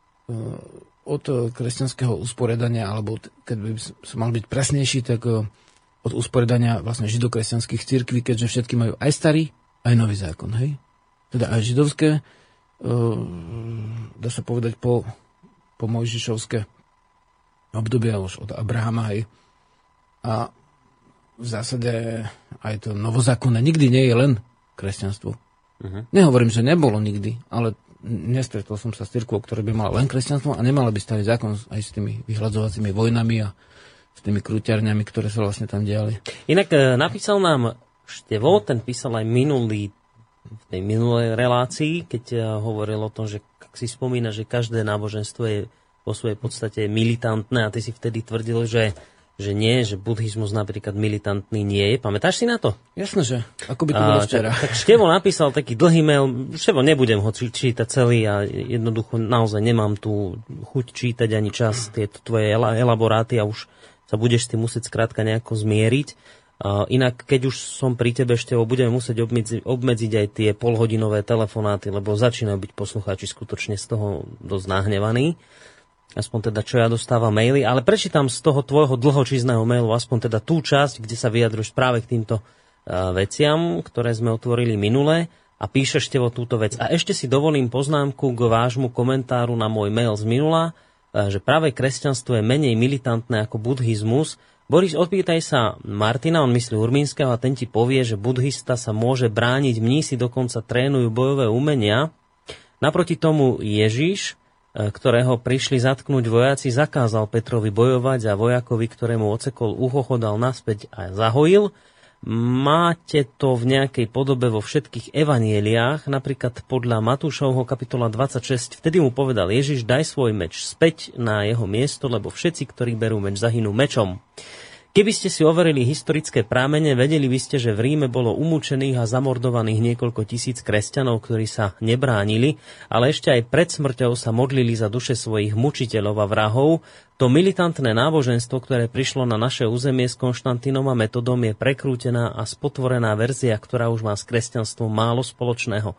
od kresťanského usporiadania, alebo keď by som mal byť presnejší, tak od usporiadania vlastne židokresťanských cirkví, keďže všetky majú aj starý, aj nový zákon. Hej? Teda aj židovské, dá sa povedať po mojžišovské obdobia už od Abrahama, hej. A v zásade aj to novozákonné nikdy nie je len kresťanstvo. Nehovorím, že nebolo nikdy, ale nestretol som sa s cirkvou, ktorá by mala len kresťanstvo a nemala by starý zákon aj s tými vyhľadzovacími vojnami a s tými krúťarňami, ktoré sa vlastne tam diali. Inak napísal nám Števo, ten písal aj v tej minulej relácii, keď hovoril o tom, že ak si spomína, že každé náboženstvo je vo svojej podstate militantné, a ty si vtedy tvrdil, že nie, že buddhizmus napríklad militantný nie je. Pamätáš si na to? Jasné, že. Ako by to bolo včera. Tak Števo napísal taký dlhý mail. Števo, nebudem ho čítať celý a jednoducho naozaj nemám tu chuť čítať ani čas tieto tvoje elaboráty a už sa budeš s tým musieť skrátka nejako zmieriť. Inak, keď už som pri tebe, Števo, budeme musieť obmedziť aj tie polhodinové telefonáty, lebo začínajú byť poslucháči skutočne z toho dosť nahnevaní. Aspoň teda, čo ja dostávam maily, ale prečítam z toho tvojho dlhočízneho mailu aspoň teda tú časť, kde sa vyjadruješ práve k týmto veciam, ktoré sme otvorili minule a píšeš Števo túto vec. A ešte si dovolím poznámku k vášmu komentáru na môj mail z minula, že práve kresťanstvo je menej militantné ako buddhizmus. Boris, odpýtaj sa Martina, on myslí Urmínskeho, a ten ti povie, že buddhista sa môže brániť, mnísi dokonca trénujú bojové umenia. Naproti tomu Ježiš, ktorého prišli zatknúť vojaci, zakázal Petrovi bojovať a vojakovi, ktorému ocekol ucho, dal naspäť a zahojil. Máte to v nejakej podobe vo všetkých evanieliách, napríklad podľa Matúšovho kapitola 26. Vtedy mu povedal Ježiš, daj svoj meč späť na jeho miesto, lebo všetci, ktorí berú meč, zahynú mečom. Keby ste si overili historické prámene, vedeli by ste, že v Ríme bolo umúčených a zamordovaných niekoľko tisíc kresťanov, ktorí sa nebránili, ale ešte aj pred smrťou sa modlili za duše svojich mučiteľov a vrahov. To militantné náboženstvo, ktoré prišlo na naše územie s Konštantínom a Metodom, je prekrútená a spotvorená verzia, ktorá už má s kresťanstvom málo spoločného.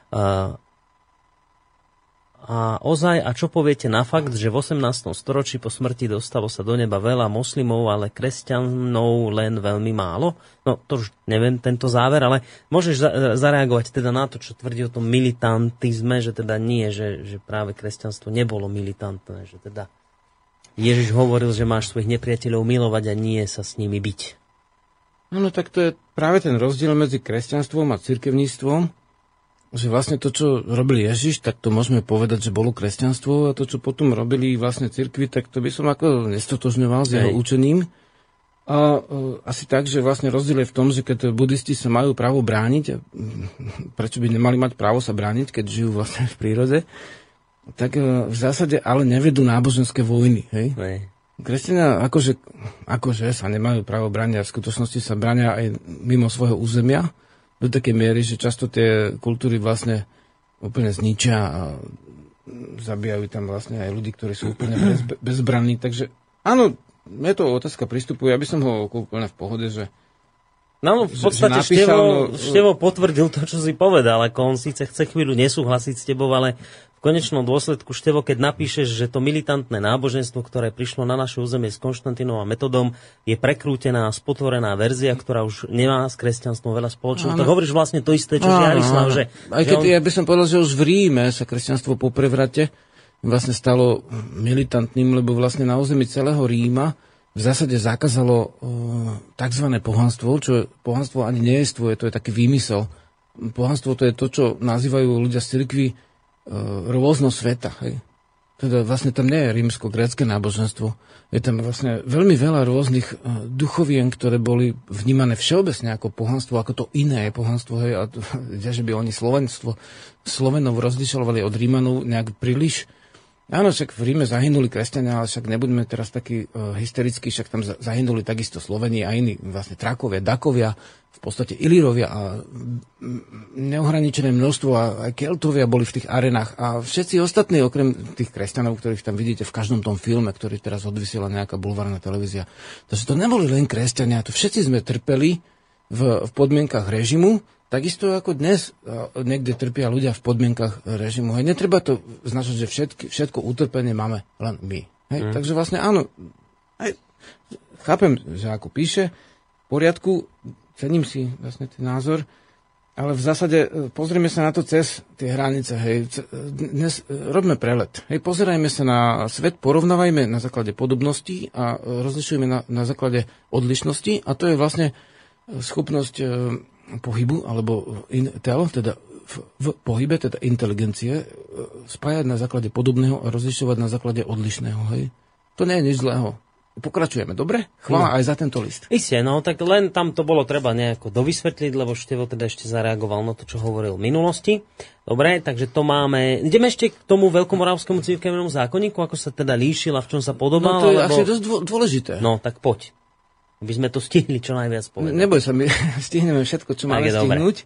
A ozaj, a čo poviete na fakt, že v 18. storočí po smrti dostalo sa do neba veľa moslimov, ale kresťanov len veľmi málo? No, to už neviem, tento záver, ale môžeš zareagovať teda na to, čo tvrdí o tom militantizme, že teda nie, že práve kresťanstvo nebolo militantné, že teda Ježiš hovoril, že máš svojich nepriateľov milovať a nie sa s nimi byť. No tak to je práve ten rozdiel medzi kresťanstvom a cirkevníctvom, že vlastne to, čo robil Ježiš, tak to môžeme povedať, že bolo kresťanstvo, a to, čo potom robili vlastne cirkvi, tak to by som ako nestotožňoval s jeho učením. A asi tak, že vlastne rozdiel je v tom, že keď buddhisti sa majú právo brániť, prečo by nemali mať právo sa brániť, keď žijú vlastne v prírode, tak v zásade ale nevedú náboženské vojny. Hej? Kresťania akože sa nemajú právo brániť a v skutočnosti sa bránia aj mimo svojho územia, do takej miery, že často tie kultúry vlastne úplne zničia a zabíjajú tam vlastne aj ľudí, ktorí sú úplne bezbranní. Takže áno, je to otázka prístupu. Ja by som ho úplne v pohode, že no, v podstate Števo potvrdil to, čo si povedal, ako on síce chce chvíľu nesúhlasiť s tebou, ale v konečnom dôsledku, Števo, keď napíšeš, že to militantné náboženstvo, ktoré prišlo na naše územie s Konštantínom a Metodom, je prekrútená, spotvorená verzia, ktorá už nemá s kresťanstvom veľa spoločného. Tak hovoríš vlastne to isté, čo Jarislav, že... Aj keď ja by som povedal, že už v Ríme sa kresťanstvo po prevrate vlastne stalo militantným, lebo vlastne na území celého Ríma v zásade zakázalo tzv. Pohanstvo, čo pohanstvo ani nejestvuje, to je taký výmysel. Pohanstvo to je to, čo nazývajú ľudia z cirkvi rôzno sveta. Hej. Teda vlastne tam nie je rímsko-grécke náboženstvo. Je tam vlastne veľmi veľa rôznych duchovien, ktoré boli vnímané všeobecne ako pohanstvo, ako to iné pohanstvo. Hej. A že by oni Slovenov rozlišovali od Rímanov nejak príliš. Áno, však v Ríme zahynuli kresťania, ale však nebudeme teraz takí hysterickí, však tam zahynuli takisto Sloveni a iní, vlastne Trakovia, Dakovia, v podstate Ilírovia a neohraničené množstvo a aj Keltovia boli v tých arenách a všetci ostatní, okrem tých kresťanov, ktorých tam vidíte v každom tom filme, ktorý teraz odvysiela nejaká bulvárna televízia. Takže to neboli len kresťania, to všetci sme trpeli v podmienkach režimu, takisto ako dnes niekde trpia ľudia v podmienkach režimu. Hej, netreba to značiť, že všetko utrpenie máme len my. Hej, takže vlastne áno, aj, chápem, že ako píše, v poriadku, cením si vlastne ten názor, ale v zásade pozrieme sa na to cez tie hranice. Hej, dnes robíme prelet. Hej, pozerajme sa na svet, porovnávajme na základe podobností a rozlišujeme na základe odlišnosti a to je vlastne schopnosť pohybu, alebo teda v pohybe, teda inteligencie, spájať na základe podobného a rozlišovať na základe odlišného. Hej. To nie je nič zlého. Pokračujeme, dobre? Chvála aj za tento list. Isté, no tak len tam to bolo treba nejako dovysvetliť, lebo Števo teda ešte zareagoval na to, čo hovoril v minulosti. Dobre, takže to máme... Ideme ešte k tomu Veľkomoravskému cirkevnému zákonníku, ako sa teda líšil a v čom sa podobal? No to je asi dosť dôležité. No, tak poď. Aby sme to stihli čo najviac povedať. Neboj sa, my stihneme všetko, čo máme stihnúť.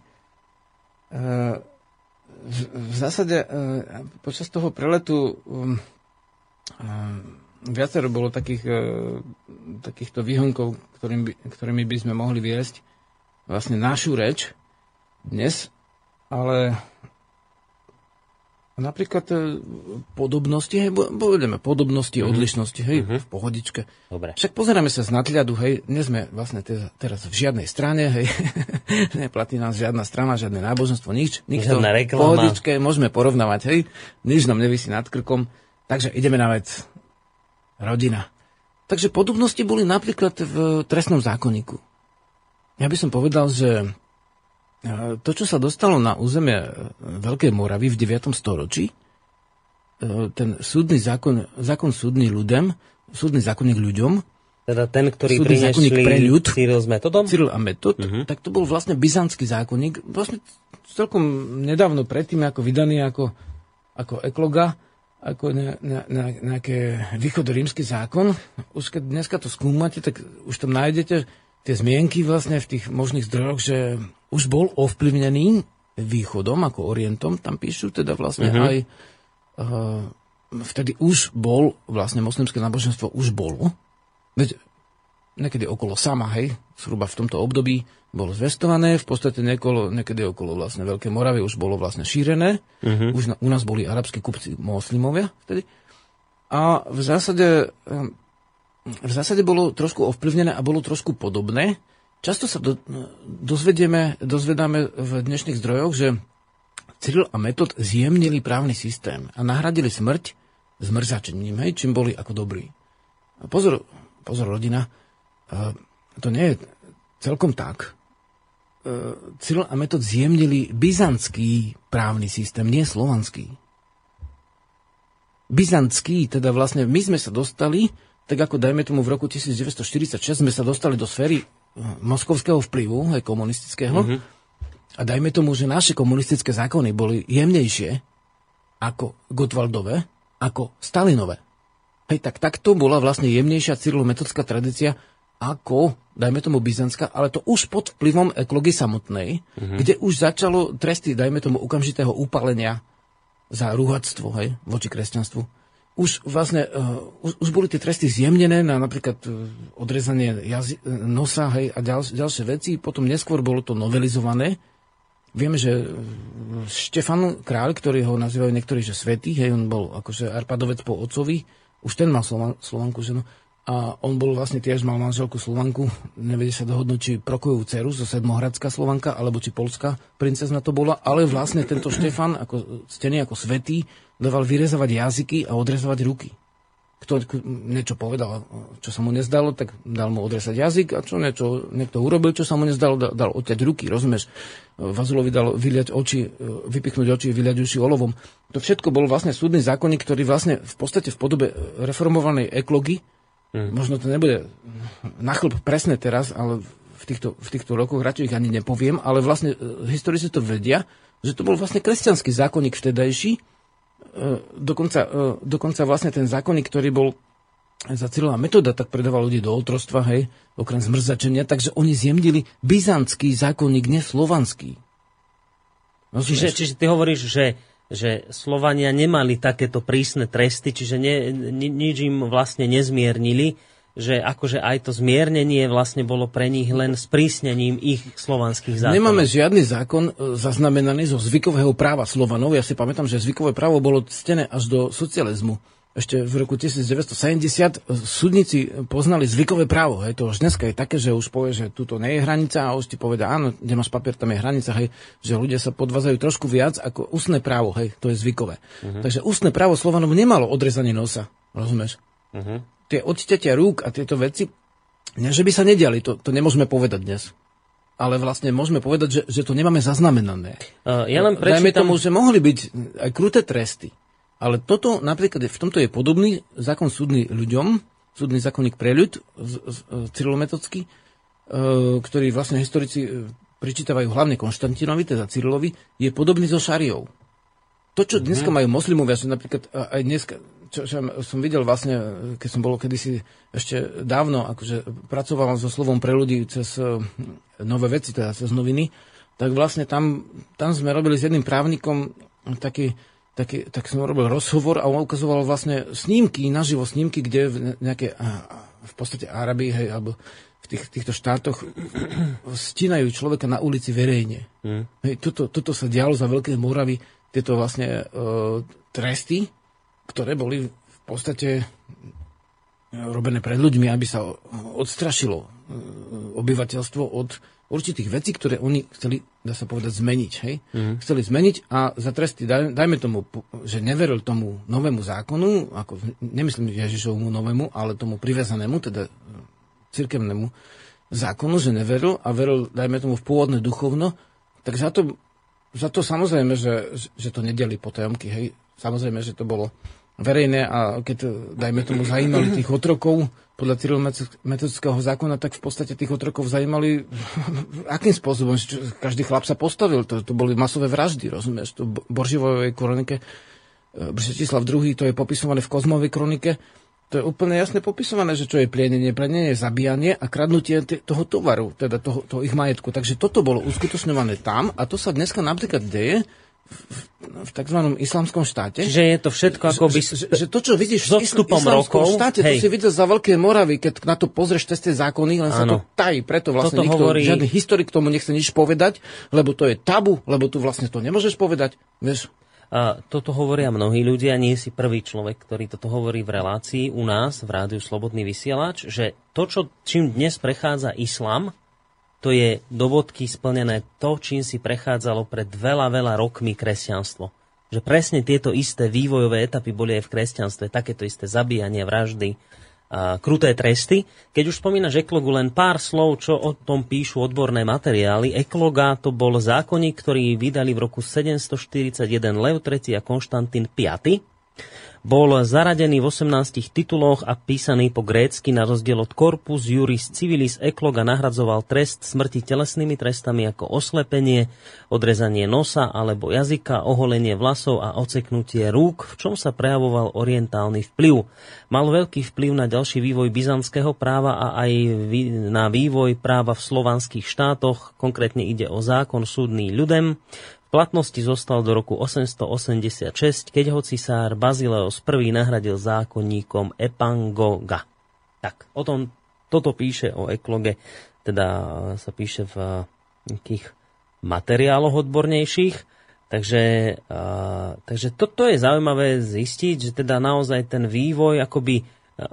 V zásade počas toho preletu viacero bolo takýchto výhonkov, ktorými by sme mohli viesť vlastne našu reč dnes, ale napríklad podobnosti, hej, povedeme podobnosti, odlišnosti, hej, v pohodičke. Dobre. Však pozeráme sa z nadhľadu, hej, nie sme vlastne teraz v žiadnej strane, hej, neplatí nás žiadna strana, žiadne náboženstvo, nič. Žiadna reklama. V pohodičke môžeme porovnávať, hej, nič nám nevisí nad krkom, takže ideme na vec. Rodina. Takže podobnosti boli napríklad v trestnom zákonníku. Ja by som povedal, že to, čo sa dostalo na územie Veľkej Moravy v 9. storočí, ten súdny zákon súdny ľudem, súdny zákonník ľuďom, teda ten, ktorý priniesli Cyril s Metodom? Cyril a Metod, tak to bol vlastne byzantský zákonník, vlastne celkom nedávno predtým ako vydaný ako ekloga, ako nejaké východorímsky zákon. Už keď dneska to skúmate, tak už tam nájdete tie zmienky vlastne v tých možných zdrojoch, že už bol ovplyvnený východom ako orientom. Tam píšu teda vlastne aj vtedy už bol vlastne moslimské náboženstvo už bolo. Veď niekedy okolo Sama, hej, zhruba v tomto období bolo zvestované, v podstate niekedy okolo vlastne Veľkej Moravy už bolo vlastne šírené, už u nás boli arabskí kupci moslimovia vtedy. A v zásade bolo trošku ovplyvnené a bolo trošku podobné. Často sa dozvedáme v dnešných zdrojoch, že Cyril a Metod zjemnili právny systém a nahradili smrť zmrzačením, hej, čím boli ako dobrí. A pozor rodina, to nie je celkom tak. Cyril a Metod zjemnili byzantský právny systém, nie slovanský. Byzantský, teda vlastne my sme sa dostali, tak ako dajme tomu v roku 1946 sme sa dostali do sféry moskovského vplyvu, aj komunistického, a dajme tomu, že naše komunistické zákony boli jemnejšie ako Gottwaldové, ako Stalinové. Hej, takto bola vlastne jemnejšia cyrilometodská tradícia ako, dajme tomu, byzantská, ale to už pod vplyvom eklógie samotnej, kde už začalo tresty, dajme tomu, okamžitého upálenia za rúhactvo, hej, voči kresťanstvu. Už vlastne, už boli tie tresty zjemnené na napríklad odrezanie nosa, hej, a ďalšie veci. Potom neskôr bolo to novelizované. Vieme, že Štefan kráľ, ktorý ho nazývajú niektorí, že svätý, hej, on bol akože Arpadovec po otcovi, už ten mal Slovanku ženu. A on bol vlastne tiež mal manželku Slovanku, nevedie sa dohodnúť, či Prokojovú dceru zo Sedmohradská Slovanka, alebo či polská princezna to bola, ale vlastne tento Štefan, ako ctený ako svätý, dával vyrezávať jazyky a odrezávať ruky. Kto niečo povedal, čo sa mu nezdalo, tak dal mu odrezať jazyk, a čo niekto urobil, čo sa mu nezdalo, dal odťať ruky, rozumieš? Vazulovi dal vyliať oči, vypichnúť oči, vyliať uši olovom. To všetko bol vlastne súdny zákonník, ktorý vlastne v podstate v podobe reformovanej eklógy. Možno to nebude na chlb presne teraz, ale v týchto rokoch radšej ich ani nepoviem, ale vlastne historici to vedia, že to bol vlastne kresťanský zákonník vtedajší, dokonca vlastne ten zákonník, ktorý bol za Cyrila Metoda, tak predával ľudí do otrostva, hej, okrem zmrzačenia, takže oni zjemnili byzantský zákonník, nie slovanský. No, čiže ty hovoríš, že Slovania nemali takéto prísne tresty, čiže nič im vlastne nezmiernili, že akože aj to zmiernenie vlastne bolo pre nich len sprísnením ich slovanských zákonov. Nemáme žiadny zákon zaznamenaný zo zvykového práva Slovanov. Ja si pamätám, že zvykové právo bolo ctené až do socializmu. Ešte v roku 1970 súdnici poznali zvykové právo. Hej. To už dneska je také, že už povie, že tuto nie je hranica a už ti poveda, áno, kde máš papier, tam je hranica. Hej. Že ľudia sa podvázajú trošku viac ako ústne právo. Hej. To je zvykové. Takže ústne právo Slovanov nemalo odrezanie nosa. Rozumieš? Tie odťatia rúk a tieto veci, že by sa nediali, to nemôžeme povedať dnes. Ale vlastne môžeme povedať, že to nemáme zaznamenané. Ja len prečítam... Dajme tomu, že mohli byť aj kruté tresty. Ale toto napríklad v tomto je podobný zákon súdny ľuďom, súdny zákonník pre ľud, cyrilometodský, ktorý vlastne historici pričítavajú hlavne Konštantinovi, teda Cyrilovi, je podobný so šariou. To, čo dneska majú moslimovia, že napríklad aj dneska, čo som videl vlastne, keď som bol kedysi ešte dávno, akože pracoval so slovom pre ľudí cez nové veci, teda cez noviny, tak vlastne tam sme robili s jedným právnikom tak som robil rozhovor a on ukazoval vlastne snímky, naživo snímky, kde nejaké v podstate Arabii, hej, alebo v týchto štátoch stínajú človeka na ulici verejne. Hej, toto sa dialo za Veľké Moravy, tieto vlastne tresty, ktoré boli v podstate robené pred ľuďmi, aby sa odstrašilo obyvateľstvo od určitých vecí, ktoré oni chceli, dá sa povedať, zmeniť. Hej? Chceli zmeniť a za tresty, dajme tomu, že neveril tomu novému zákonu, ako nemyslím Ježišovmu novému, ale tomu privezanému, teda cirkevnému zákonu, že neveril a veril, dajme tomu, v pôvodné duchovno, tak za to samozrejme, že to nediali potajomky. Hej? Samozrejme, že to bolo verejné a keď, dajme tomu, zajímali tých otrokov podľa cyrilometodického zákona, tak v podstate tých otrokov zajímali akým spôsobom. Každý chlap sa postavil. To boli masové vraždy, rozumieš? To v Borživojovej kronike Bršetislav II, to je popisované v Kozmovej kronike. To je úplne jasne popisované, že čo je plienenie. Plienenie je zabíjanie a kradnutie toho tovaru, teda toho ich majetku. Takže toto bolo uskutočňované tam a to sa dneska napríklad deje v takzvanom islamskom štáte. Čiže je to všetko akoby že to, čo vidíš v islamskom štáte, to si videl za Veľké Moravy, keď na to pozrieš cez tie zákony, len sa to tají. Preto vlastne žiadny historik tomu nechce nič povedať, lebo to je tabu, lebo tu vlastne to nemôžeš povedať. Vieš? A toto hovoria mnohí ľudia, nie si prvý človek, ktorý toto hovorí v relácii u nás v Rádiu Slobodný vysielač, že to, čím dnes prechádza islám, to je do bodky splnené to, čím si prechádzalo pred veľa rokmi kresťanstvo. Že presne tieto isté vývojové etapy boli aj v kresťanstve, takéto isté zabíjanie, vraždy, kruté tresty. Keď už spomínaš eklogu, len pár slov, čo o tom píšu odborné materiály. Ekloga to bol zákonník, ktorý vydali v roku 741 Lev III a Konštantín V. Bol zaradený v 18 tituloch a písaný po grécky na rozdiel od Corpus Juris Civilis. Ekloga nahradzoval trest smrti telesnými trestami ako oslepenie, odrezanie nosa alebo jazyka, oholenie vlasov a odseknutie rúk, v čom sa prejavoval orientálny vplyv. Mal veľký vplyv na ďalší vývoj byzantského práva a aj na vývoj práva v slovanských štátoch, konkrétne ide o zákon súdny ľudem. V platnosti zostal do roku 886, keď ho cisár Bazileus I nahradil zákonníkom Epangoga. Tak, toto píše o ekloge, teda sa píše v nejakých materiáloch odbornejších, takže toto je zaujímavé zistiť, že teda naozaj ten vývoj, akoby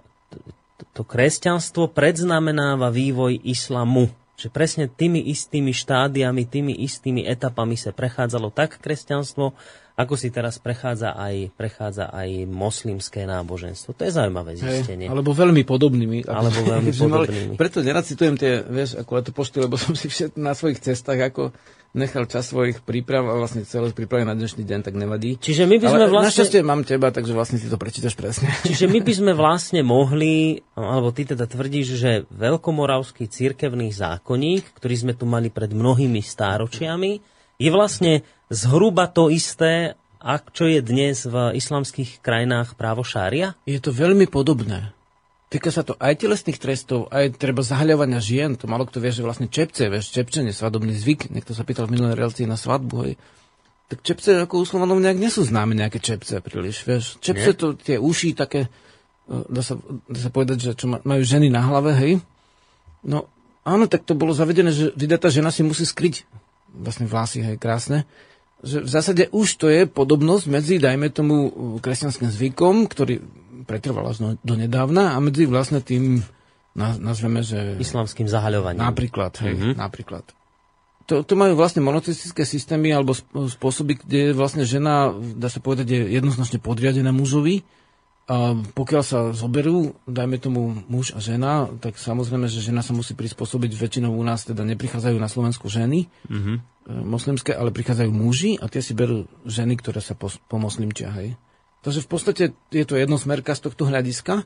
to kresťanstvo predznamenáva vývoj islamu. Že presne tými istými štádiami, tými istými etapami sa prechádzalo tak kresťanstvo, ako si teraz prechádza aj moslimské náboženstvo. To je zaujímavé zistenie. Alebo veľmi podobnými. Preto nerad citujem tie, vieš, ako letopošty, lebo som si na svojich cestách ako nechal čas svojich príprav a vlastne celé prípravy na dnešný deň, tak nevadí. Čiže my by sme našťastie mám teba, takže vlastne si to prečítaš presne. Čiže my by sme vlastne mohli, alebo ty teda tvrdíš, že veľkomoravský cirkevný zákonník, ktorý sme tu mali pred mnohými stáročiami, je vlastne zhruba to isté, čo je dnes v islamských krajinách právo šária? Je to veľmi podobné. Týka sa to aj telesných trestov, aj treba zahľovania žien. To malo kto vie, že vlastne čepčenie, svadobný zvyk. Niekto sa pýtal v minulej relácii na svadbu. Hej. Tak čepce ako u Slovanov nejak nesú známe nejaké čepce príliš. Vieš. Čepce to tie uši také, dá sa povedať, že čo majú ženy na hlave, hej. No áno, tak to bolo zavedené, že vydatá žena si musí skryť vlastne vlasy, hej, krásne. Že v zásade už to je podobnosť medzi, dajme tomu, kresťanským zvykom, ktorý pretrval až do nedávna a medzi vlastne tým, nazveme, že islamským zahaľovaním. Napríklad, hej, napríklad. To majú vlastne monoteistické systémy alebo spôsoby, kde vlastne žena, dá sa povedať, je jednoznačne podriadená mužovi. A pokiaľ sa zoberú, dajme tomu muž a žena, tak samozrejme, že žena sa musí prispôsobiť. Väčšinou u nás teda neprichádzajú na Slovensku ženy moslimské, ale prichádzajú muži a tie si berú ženy, ktoré sa pomoslimčia, hej. Takže v podstate je to jednosmerka z tohto hľadiska.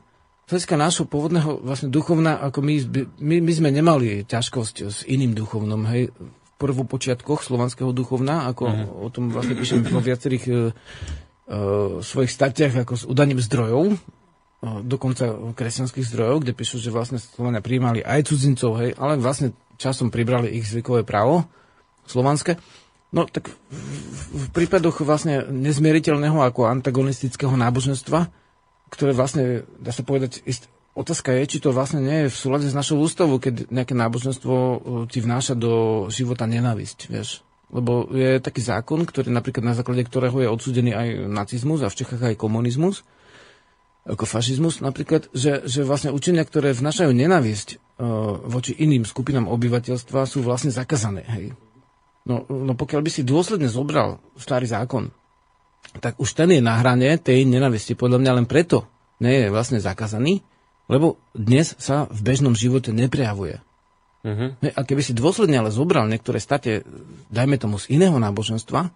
hľadiska nášho pôvodného vlastne duchovna, ako my sme nemali ťažkosť s iným duchovnom, hej, v prvopočiatkoch slovanského duchovna, ako o tom vlastne píšem vo viacerých svojich statiach, ako s udaním zdrojov, dokonca kresťanských zdrojov, kde píšu, že vlastne Slovania prijímali aj cudzincov, hej, ale vlastne časom pribrali ich zvykové právo slovanské. No tak v prípadoch vlastne nezmieriteľného ako antagonistického náboženstva, ktoré vlastne, dá sa povedať, otázka je, či to vlastne nie je v súlade s našou ústavou, keď nejaké náboženstvo ti vnáša do života nenávisť, vieš. Lebo je taký zákon, ktorý napríklad na základe ktorého je odsúdený aj nacizmus a v Čechách aj komunizmus, ako fašizmus napríklad, že vlastne učenia, ktoré vnášajú nenávisť voči iným skupinám obyvateľstva, sú vlastne zakázané, hej. No pokiaľ by si dôsledne zobral starý zákon, tak už ten je na hrane tej nenávisti. Podľa mňa len preto nie je vlastne zakázaný, lebo dnes sa v bežnom živote neprejavuje. A keby si dôsledne ale zobral niektoré state, dajme tomu z iného náboženstva,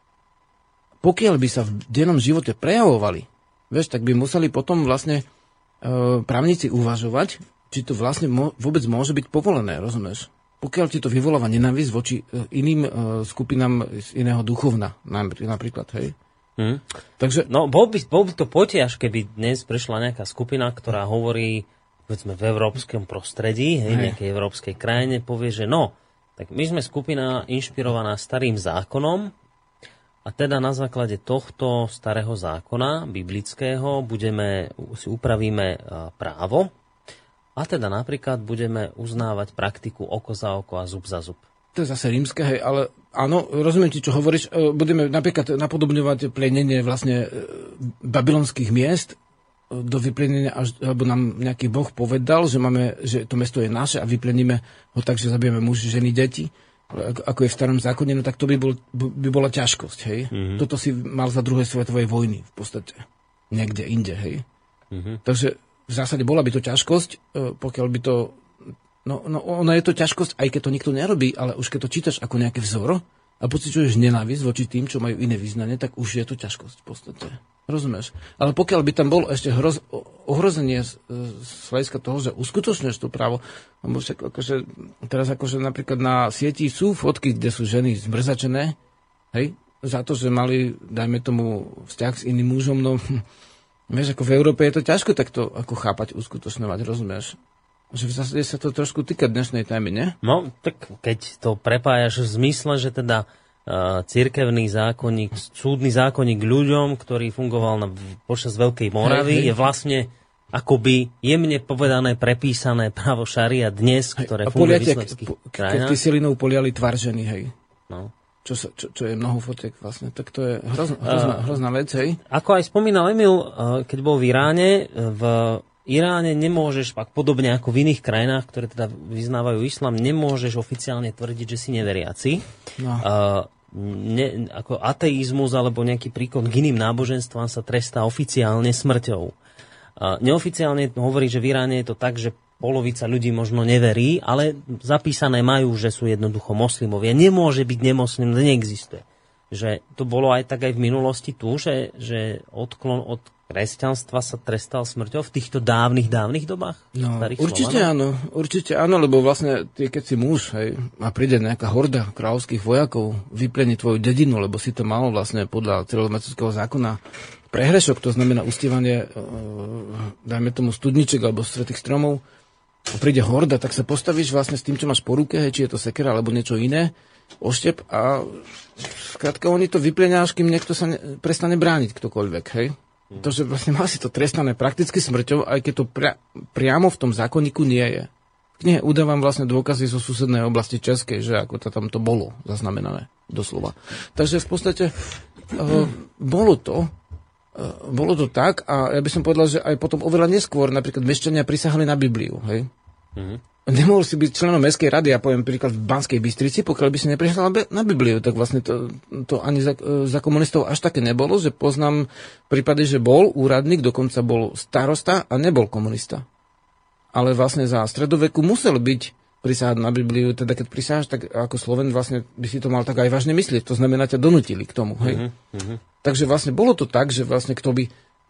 pokiaľ by sa v dennom živote prejavovali, vieš, tak by museli potom vlastne právnici uvažovať, či to vlastne vôbec môže byť povolené, rozumieš? Pokiaľ ti to vyvoláva nenávisť voči iným skupinám z iného duchovna, napríklad, hej. Takže... No, bol by to potiaž, keby dnes prišla nejaká skupina, ktorá hovorí, povedzme, v európskom prostredí, hej, nejakej európskej krajine, povie, že no, tak my sme skupina inšpirovaná starým zákonom a teda na základe tohto starého zákona, biblického, si upravíme právo, a teda napríklad budeme uznávať praktiku oko za oko a zub za zub. To je zase rímske, hej, ale áno, rozumiem ti, čo hovoríš. Budeme napríklad napodobňovať plenenie vlastne babylonských miest do vyplenenia, alebo nám nejaký boh povedal, že to mesto je naše a vypleníme ho tak, že zabijeme muži, ženy, deti, ako je v starom zákone, no tak to by bola ťažkosť, hej. Toto si mal za druhej svetovej vojny v podstate. Niekde inde, hej. Takže v zásade bola by to ťažkosť, pokiaľ by to... No, ona je to ťažkosť, aj keď to nikto nerobí, ale už keď to čítaš ako nejaký vzor a pociťuješ nenávisť voči tým, čo majú iné význanie, tak už je to ťažkosť v podstate. Rozumieš? Ale pokiaľ by tam bol ešte ohrozenie z hľadiska toho, že uskutočňuješ to právo, lebo však akože, teraz akože napríklad na sieti sú fotky, kde sú ženy zmrzačené, hej, za to, že mali, dajme tomu, vzťah s iným mužom, no... Vieš, ako v Európe je to ťažko takto ako chápať, uskutočňovať, rozumieš? Že v zásade sa to trošku týka dnešnej témy, nie? No, tak keď to prepájaš v zmysle, že teda cirkevný zákonník, súdny zákonník ľuďom, ktorý fungoval počas Veľkej Moravy, je vlastne akoby jemne povedané prepísané právo šaria dnes, ktoré funguje v islamských krajinách. Keď kyselinou poliali tvar ženy, hej. No. Čo je mnoho fotiek vlastne, tak to je hrozná vec, hej. Ako aj spomínal Emil, keď bol v Iráne nemôžeš, ak podobne ako v iných krajinách, ktoré teda vyznávajú islám, nemôžeš oficiálne tvrdiť, že si neveriaci. No. Ako ateizmus alebo nejaký príklon k iným náboženstvám sa trestá oficiálne smrťou. Neoficiálne hovorí, že v Iráne je to tak, že polovica ľudí možno neverí, ale zapísané majú, že sú jednoducho moslimovia. Nemôže byť nemoslim, neexistuje. Že to bolo aj tak aj v minulosti tu, že odklon od kresťanstva sa trestal smrťou v týchto dávnych dobách? No, určite áno, lebo vlastne ty, keď si muž, hej, a príde nejaká horda kráľovských vojakov, vyplení tvoju dedinu, lebo si to malo vlastne podľa cyrilometockého zákona prehrešok, to znamená ustievanie, dajme tomu studniček alebo svätých stromov, príde horda, tak sa postavíš vlastne s tým, čo máš po ruke, hej, či je to sekera alebo niečo iné, oštep a skrátka oni to vyplenia, až kým niekto sa prestane brániť ktokoľvek, hej. To, že vlastne má si to trestané prakticky smrťou, aj keď to priamo v tom zákonníku nie je. V knihe udávam vlastne dôkazy zo susednej oblasti Českej, že ako to tam to bolo zaznamenané, doslova. Takže v podstate bolo to tak a ja by som povedal, že aj potom oveľa neskôr napríklad mešťania prisahali na Bibliu, hej. Nemohol si byť členom mestskej rady, ja poviem príklad v Banskej Bystrici, pokiaľ by si neprihľadal na Bibliu, tak vlastne to ani za komunistov až také nebolo, že poznám prípady, že bol úradník, dokonca bol starosta a nebol komunista. Ale vlastne za stredoveku musel byť prisahať na Bibliu, teda keď prisaháš, tak ako Sloven vlastne by si to mal tak aj vážne myslieť, to znamená ťa donútili k tomu, hej. Takže vlastne bolo to tak, že vlastne kto by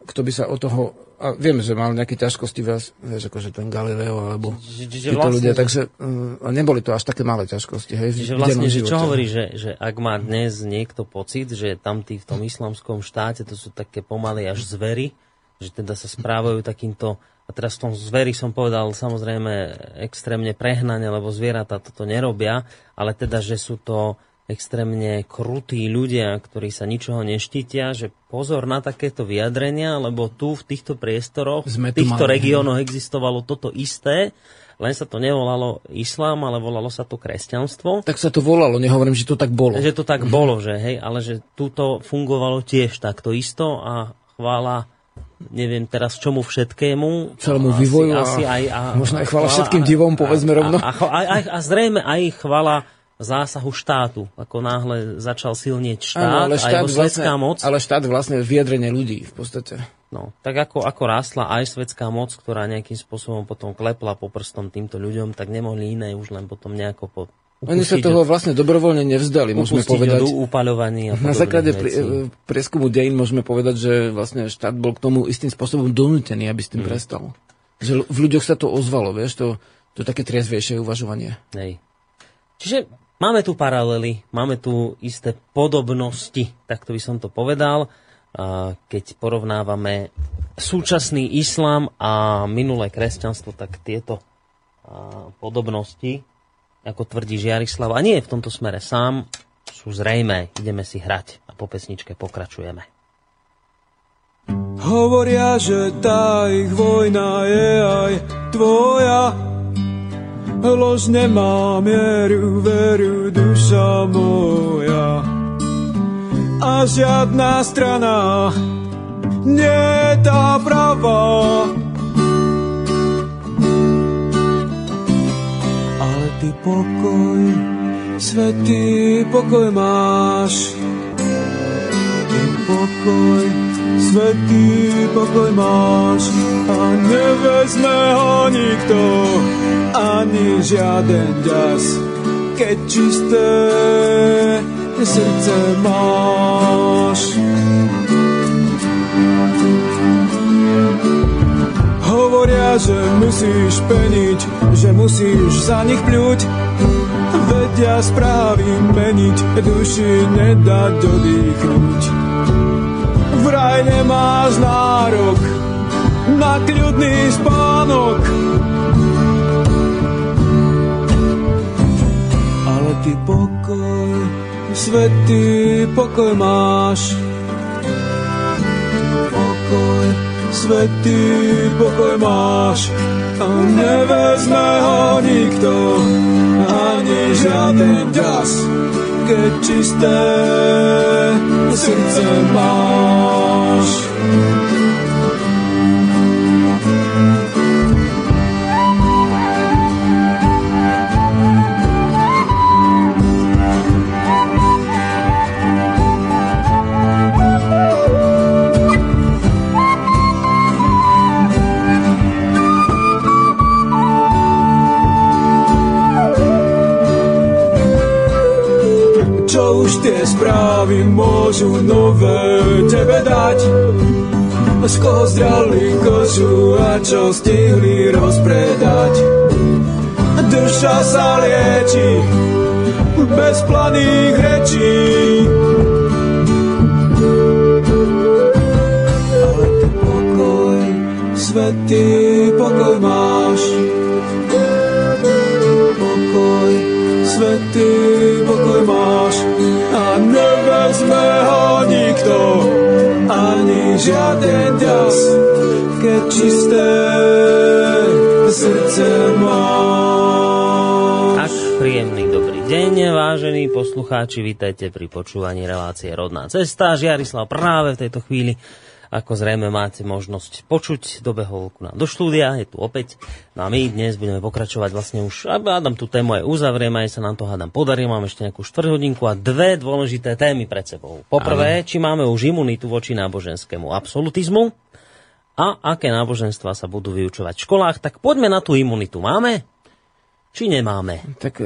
kto by sa o toho... A vieme, že mal nejaké ťažkosti, vieš, akože ten Galileo, alebo títo vlastne, ľudia, takže neboli to až také malé ťažkosti. Hej, že vlastne, že čo hovorí, že ak má dnes niekto pocit, že tam tí v tom islamskom štáte, to sú také pomaly až zvery, že teda sa správajú takýmto, a teraz v tom zveri som povedal samozrejme extrémne prehnane, lebo zvieratá toto nerobia, ale teda, že sú to extrémne krutí ľudia, ktorí sa ničoho neštítia, že pozor na takéto vyjadrenia, lebo tu v týchto priestoroch, v týchto regiónoch existovalo toto isté, len sa to nevolalo islám, ale volalo sa to kresťanstvo. Tak sa to volalo, nehovorím, že to tak bolo. Že to tak bolo, že hej, ale že tuto fungovalo tiež takto isto a chvála, neviem teraz čomu všetkému. Celému vývoju možno aj chvála všetkým divom, povedzme rovno. A zrejme aj chvála zásahu štátu, ako náhle začal silnieť štát, aj jeho svetská moc. Ale štát vlastne vyjadrenie ľudí v podstate. No, tak ako rástla aj svetská moc, ktorá nejakým spôsobom potom klepla po prstom týmto ľuďom, tak nemohli iné už len potom nejako oni sa toho vlastne dobrovoľne nevzdali, môžeme povedať. Upaľovaní a na základe prieskumu dejín môžeme povedať, že vlastne štát bol k tomu istým spôsobom donútený, aby s tým prestal. Že v ľuďoch sa to ozvalo, vieš, to je také triezvejšie uvažovanie. Hej. Čiže máme tu paralely, máme tu isté podobnosti, takto by som to povedal, keď porovnávame súčasný islám a minulé kresťanstvo, tak tieto podobnosti, ako tvrdí Žiarislav, a nie je v tomto smere sám, sú zrejmé. Ideme si hrať a po pesničke pokračujeme. Hovoria, že tá ich vojna je aj tvoja. Lož nemá mieru, veru, duša moja. A žiadna strana nie je tá pravá. Ale ty pokoj, svätý pokoj máš. Ty pokoj, svätý pokoj máš. A nevezme ho nikto, ani žiaden ďas, keď čisté srdce máš. Hovoria, že musíš peniť, že musíš za nich pľuť, vedia správy meniť, duši nedať dodýchnuť. Vraj nemáš nárok na kľudný spánok, ale ty pokoj, svätý pokoj máš. Ty pokoj, svätý pokoj máš. A nevezme ho nikto, ani žiaden ďas, keď čisté srdce máš. Čo už tie správy môžu nové tebe dať? Z koho zdrali kožu a čo stihli rozpredať? Duša sa lieči bez planých rečí, ale ty pokoj, svätý pokoj máš. Pokoj, svätý pokoj máš. A nevezme ho nikto, ani žiaden ďas, keď čisté srdce máš. Tak, príjemný dobrý deň, vážení poslucháči, vítajte pri počúvaní relácie Rodná cesta. Žiarislav práve v tejto chvíli, ako zrejme máte možnosť počuť, dobehol ku nám do štúdia, je tu opäť. No a my dnes budeme pokračovať vlastne už, hádam tú tému aj uzavrieme, aj sa nám to hádam podarí, máme ešte nejakú štvrťhodinku a dve dôležité témy pred sebou. Poprvé, či máme už imunitu voči náboženskému absolutizmu a aké náboženstvá sa budú vyučovať v školách, tak poďme na tú imunitu. Máme? Či nemáme? Tak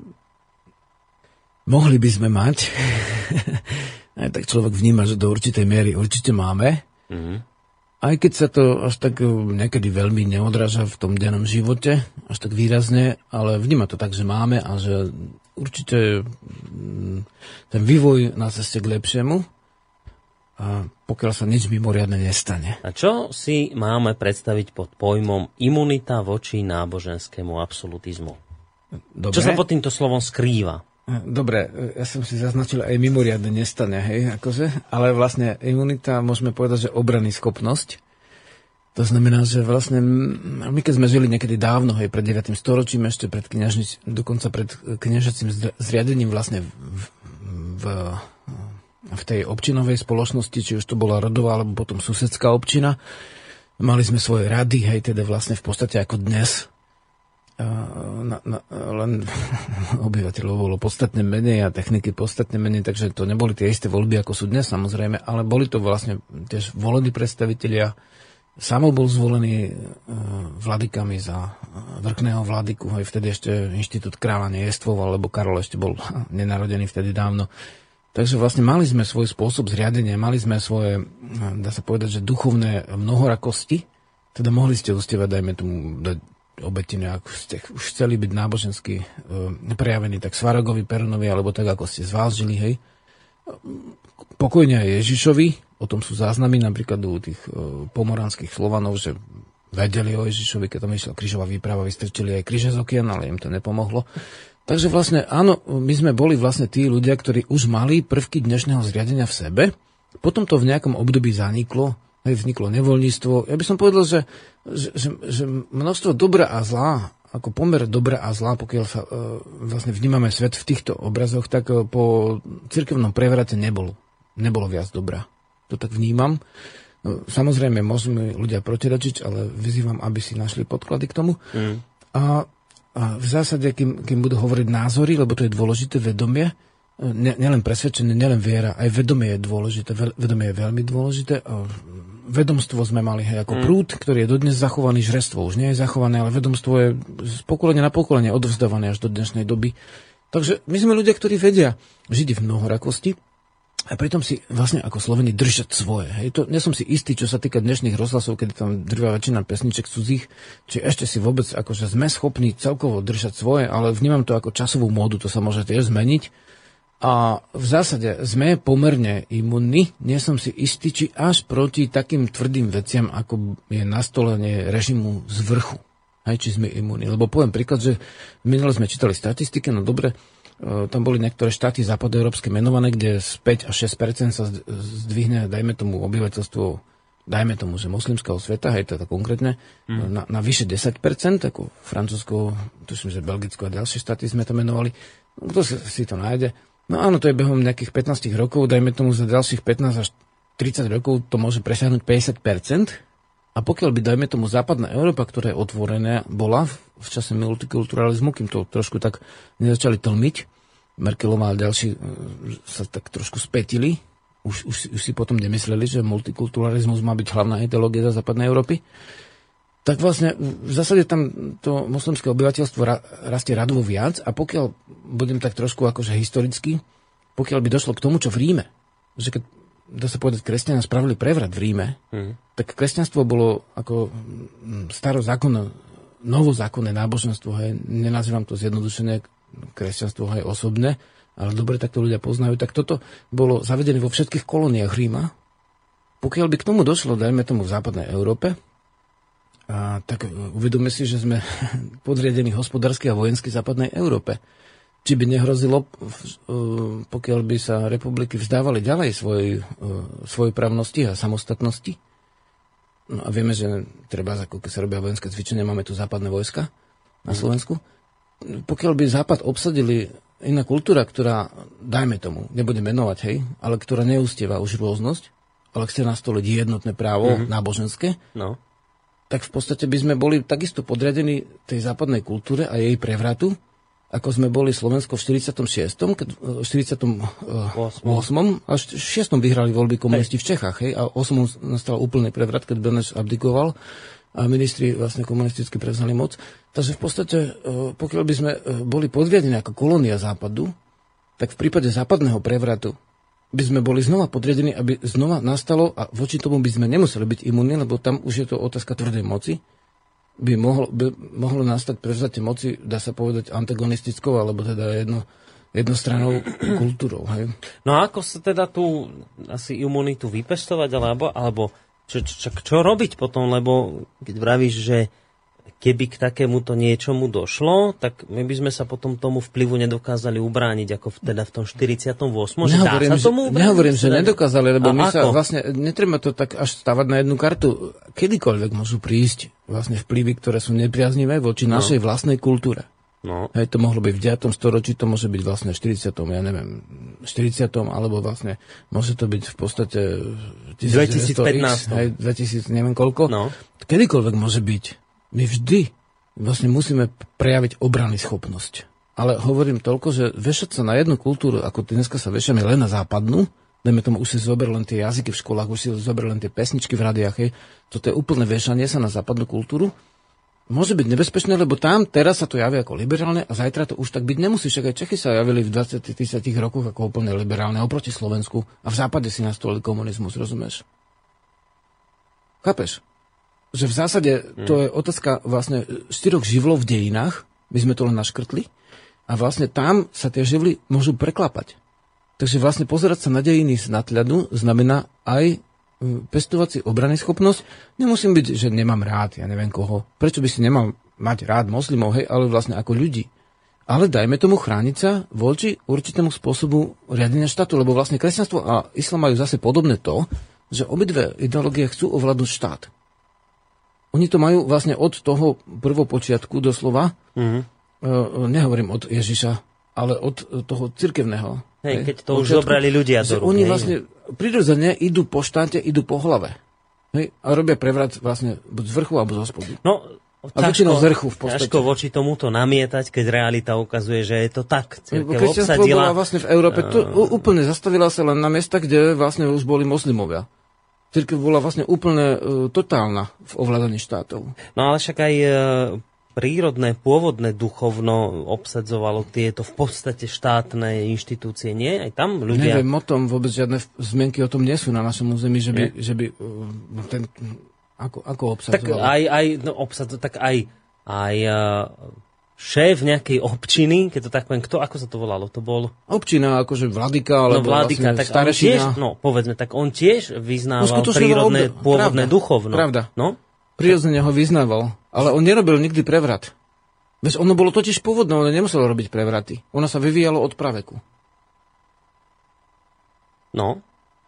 mohli by sme mať. Tak človek vníma, že do určitej miery určite máme. Aj keď sa to až tak niekedy veľmi neodráža v tom dennom živote, až tak výrazne, ale vníma to tak, že máme a že určite ten vývoj na ceste k lepšiemu, a pokiaľ sa nič mimoriadne nestane. A čo si máme predstaviť pod pojmom imunita voči náboženskému absolutizmu? Dobre. Čo sa pod týmto slovom skrýva? Dobre, ja som si zaznačil aj mimoriadne nestane, hej, akože, ale vlastne imunita, môžeme povedať, že obranný schopnosť. To znamená, že vlastne my keď sme žili niekedy dávno, hej, pred 9. storočím, ešte pred dokonca pred kniežacím zriadením vlastne v tej občinovej spoločnosti, či už to bola rodová, alebo potom susedská občina, mali sme svoje rady, hej, teda vlastne v podstate ako dnes, len obyvateľov bolo podstatne menej a techniky podstatne menej, takže to neboli tie isté voľby, ako sú dnes, samozrejme, ale boli to vlastne tiež volení predstavitelia. Samo bol zvolený vladykami za vrchného vladyku, aj vtedy ešte inštitút kráľa nejestvovал, lebo Karol ešte bol nenarodený vtedy dávno. Takže vlastne mali sme svoj spôsob zriadenia, mali sme svoje, dá sa povedať, že duchovné mnohorakosti, teda mohli ste ustievať, dajme tomu, obetiny, ak ste už chceli byť nábožensky prejavení, tak Svarogovi, Perunovi, alebo tak, ako ste zvážili, hej. Pokojne aj Ježišovi, o tom sú záznamy napríklad u tých pomoranských Slovanov, že vedeli o Ježišovi, keď tam išla krížová výprava, vystrčili aj kríže z okien, ale im to nepomohlo. Takže vlastne, áno, my sme boli vlastne tí ľudia, ktorí už mali prvky dnešného zriadenia v sebe, potom to v nejakom období zaniklo, vzniklo nevoľníctvo. Ja by som povedal, že množstvo dobra a zlá, ako pomer dobra a zlá, pokiaľ sa vlastne vnímame svet v týchto obrazoch, tak po cirkevnom prevrate nebolo viac dobra. To tak vnímam. Samozrejme, môžeme ľudia protirečiť, ale vyzývam, aby si našli podklady k tomu. A v zásade, kým budú hovoriť názory, lebo to je dôležité vedomie, nielen presvedčenie, nielen viera, aj vedomie je dôležité. Vedomie je veľmi dôležité. Vedomstvo sme mali, hej, ako prúd, ktorý je dodnes zachovaný, žrestvo už nie je zachované, ale vedomstvo je z pokolenia na pokolenie odovzdávané až do dnešnej doby. Takže my sme ľudia, ktorí vedia žiť v mnohorakosti a pritom si vlastne ako Sloveni držať svoje. Hej. To, nie som si istý, čo sa týka dnešných rozhlasov, kedy tam drvá väčšina pesniček cudzích, či ešte si vôbec akože sme schopní celkovo držať svoje, ale vnímam to ako časovú módu, to sa môže tiež zmeniť. A v zásade sme pomerne imunní, nie som si istý, či až proti takým tvrdým veciam, ako je nastolenie režimu z vrchu. Aj či sme imunní. Lebo poviem príklad, že minule sme čítali statistiky, no dobre, tam boli niektoré štáty západoeurópske menované, kde z 5 až 6% sa zdvihne, dajme tomu obyvateľstvo, dajme tomu, že moslimského sveta, hej, teda konkrétne, na vyše 10%, ako Francúzsko, tuším, že Belgicko a ďalšie štáty sme to menovali. Kto si to nájde? No áno, to je behom nejakých 15 rokov, dajme tomu za ďalších 15 až 30 rokov to môže presiahnuť 50%. A pokiaľ by, dajme tomu, západná Európa, ktorá je otvorená, bola v čase multikulturalizmu, kým to trošku tak nezačali tlmiť, Merkelová a ďalší sa tak trošku spätili, už si potom nemysleli, že multikulturalizmus má byť hlavná ideológia západnej Európy, tak vlastne v zásade tam to moslimské obyvateľstvo rastie radovo viac a pokiaľ budem tak trošku akože historicky, pokiaľ by došlo k tomu, čo v Ríme, že keď, dá sa povedať, kresťania spravili prevrat v Ríme, tak kresťanstvo bolo ako starozákonné, novozákonné náboženstvo, hej, nenazývam to zjednodušené kresťanstvo, hej, osobné, ale dobre, tak to ľudia poznajú, tak toto bolo zavedené vo všetkých kolóniách Ríma. Pokiaľ by k tomu došlo, dajme tomu v západnej Európe, tak uvedome si, že sme podriadení hospodársky a vojensky západnej Európe. Či by nehrozilo, pokiaľ by sa republiky vzdávali ďalej svojej právnosti a samostatnosti? No a vieme, že treba, ako keď sa robia vojenské cvičenia, máme tu západné vojska na Slovensku. Pokiaľ by Západ obsadili iná kultúra, ktorá, dajme tomu, nebudem menovať, hej, ale ktorá neústieva už rôznosť, ale chce nastoliť jednotné právo náboženské, tak v podstate by sme boli takisto podriadení tej západnej kultúre a jej prevratu, ako sme boli Slovensko v 46. V 48. až v 6. vyhrali voľby komunisti v Čechách, hej, a 8. nastal úplný prevrat, keď Beneš abdikoval a ministri vlastne komunisticky prevzali moc. Takže v podstate, pokiaľ by sme boli podriadení ako kolónia západu, tak v prípade západného prevratu by sme boli znova podriadení, aby znova nastalo a voči tomu by sme nemuseli byť imunní, lebo tam už je to otázka tvrdej moci, by mohlo nastať prevzatie moci, dá sa povedať, antagonistickou, alebo teda jednostrannou kultúrou. Hej? No a ako sa teda tú asi imunitu vypestovať, alebo čo robiť potom, lebo keď vravíš, že keby k takémuto niečomu došlo, tak my by sme sa potom tomu vplyvu nedokázali ubrániť, ako teda v tom 48. Nehovorím, že nedokázali, lebo my sa vlastne, netreba to tak až stavať na jednu kartu. Kedykoľvek môžu prísť vlastne vplyvy, ktoré sú nepriaznivé voči našej vlastnej kultúre. No. Hej, to mohlo byť v 9. storočí, to môže byť vlastne v 40. ja neviem, 40. alebo vlastne môže to byť v podstate 2015. Hej, 2000, neviem koľko. No. Kedykoľvek môže byť. My vždy vlastne musíme prejaviť obrany schopnosť. Ale hovorím toľko, že vešať sa na jednu kultúru, ako dneska sa vešame len na západnú, dajme tomu, už si zober len tie jazyky v školách, už si zober len tie pesničky v rádiách, toto je úplné vešanie sa na západnú kultúru, môže byť nebezpečné, lebo tam teraz sa to javí ako liberálne a zajtra to už tak byť nemusí. Však aj Čechy sa javili v 20-30 rokoch ako úplne liberálne oproti Slovensku a v západe si nastolili komunizmus, rozumieš? Chápeš? Že v zásade to je otázka vlastne 4 živlov v dejinách, my sme to len naškrtli, a vlastne tam sa tie živly môžu preklapať. Takže vlastne pozerať sa na dejiny z nadhľadu znamená aj pestovať si obrany schopnosť. Nemusím byť, že nemám rád, ja neviem koho. Prečo by si nemal mať rád moslimov, hej, ale vlastne ako ľudí. Ale dajme tomu chrániť sa voči určitému spôsobu riadenia štátu, lebo vlastne kresťanstvo a islám majú zase podobné to, že obidve ideológie chcú ovládnuť štát. Oni to majú vlastne od toho prvopočiatku doslova, nehovorím od Ježiša, ale od toho cirkevného. Hej, keď to už zobrali ľudia do rúk. Oni vlastne prirodzene idú po štáte, idú po hlave. Hej, a robia prevrat vlastne buď z vrchu, alebo zo spodu. No, a väčšinou z vrchu v podstate. Ťažko voči tomuto namietať, keď realita ukazuje, že je to tak. Kresťanstvo bola vlastne v Európe, úplne zastavila sa len na miesta, kde vlastne už boli moslimovia. Cirkev bola vlastne úplne totálna v ovládaní štátov. No ale však aj prírodné, pôvodné duchovno obsadzovalo tieto v podstate štátne inštitúcie, nie? Aj tam ľudia... Neviem o tom, vôbec žiadne zmienky o tom nie sú na našom území, že by ten... Ako obsadzovalo? Tak aj šéf nejakej občiny, keď to tak poviem, ako sa to volalo? To bol... Občina, akože vladyka, alebo vladyka, vlastne tak starešina. Povedzme, tak on tiež vyznával prírodné, pôvodné duchovno. Pravda. No? Prirodzene ho vyznával, ale on nerobil nikdy prevrat. Veď ono bolo totiž pôvodné, ono nemuselo robiť prevraty. Ono sa vyvíjalo od praveku. No,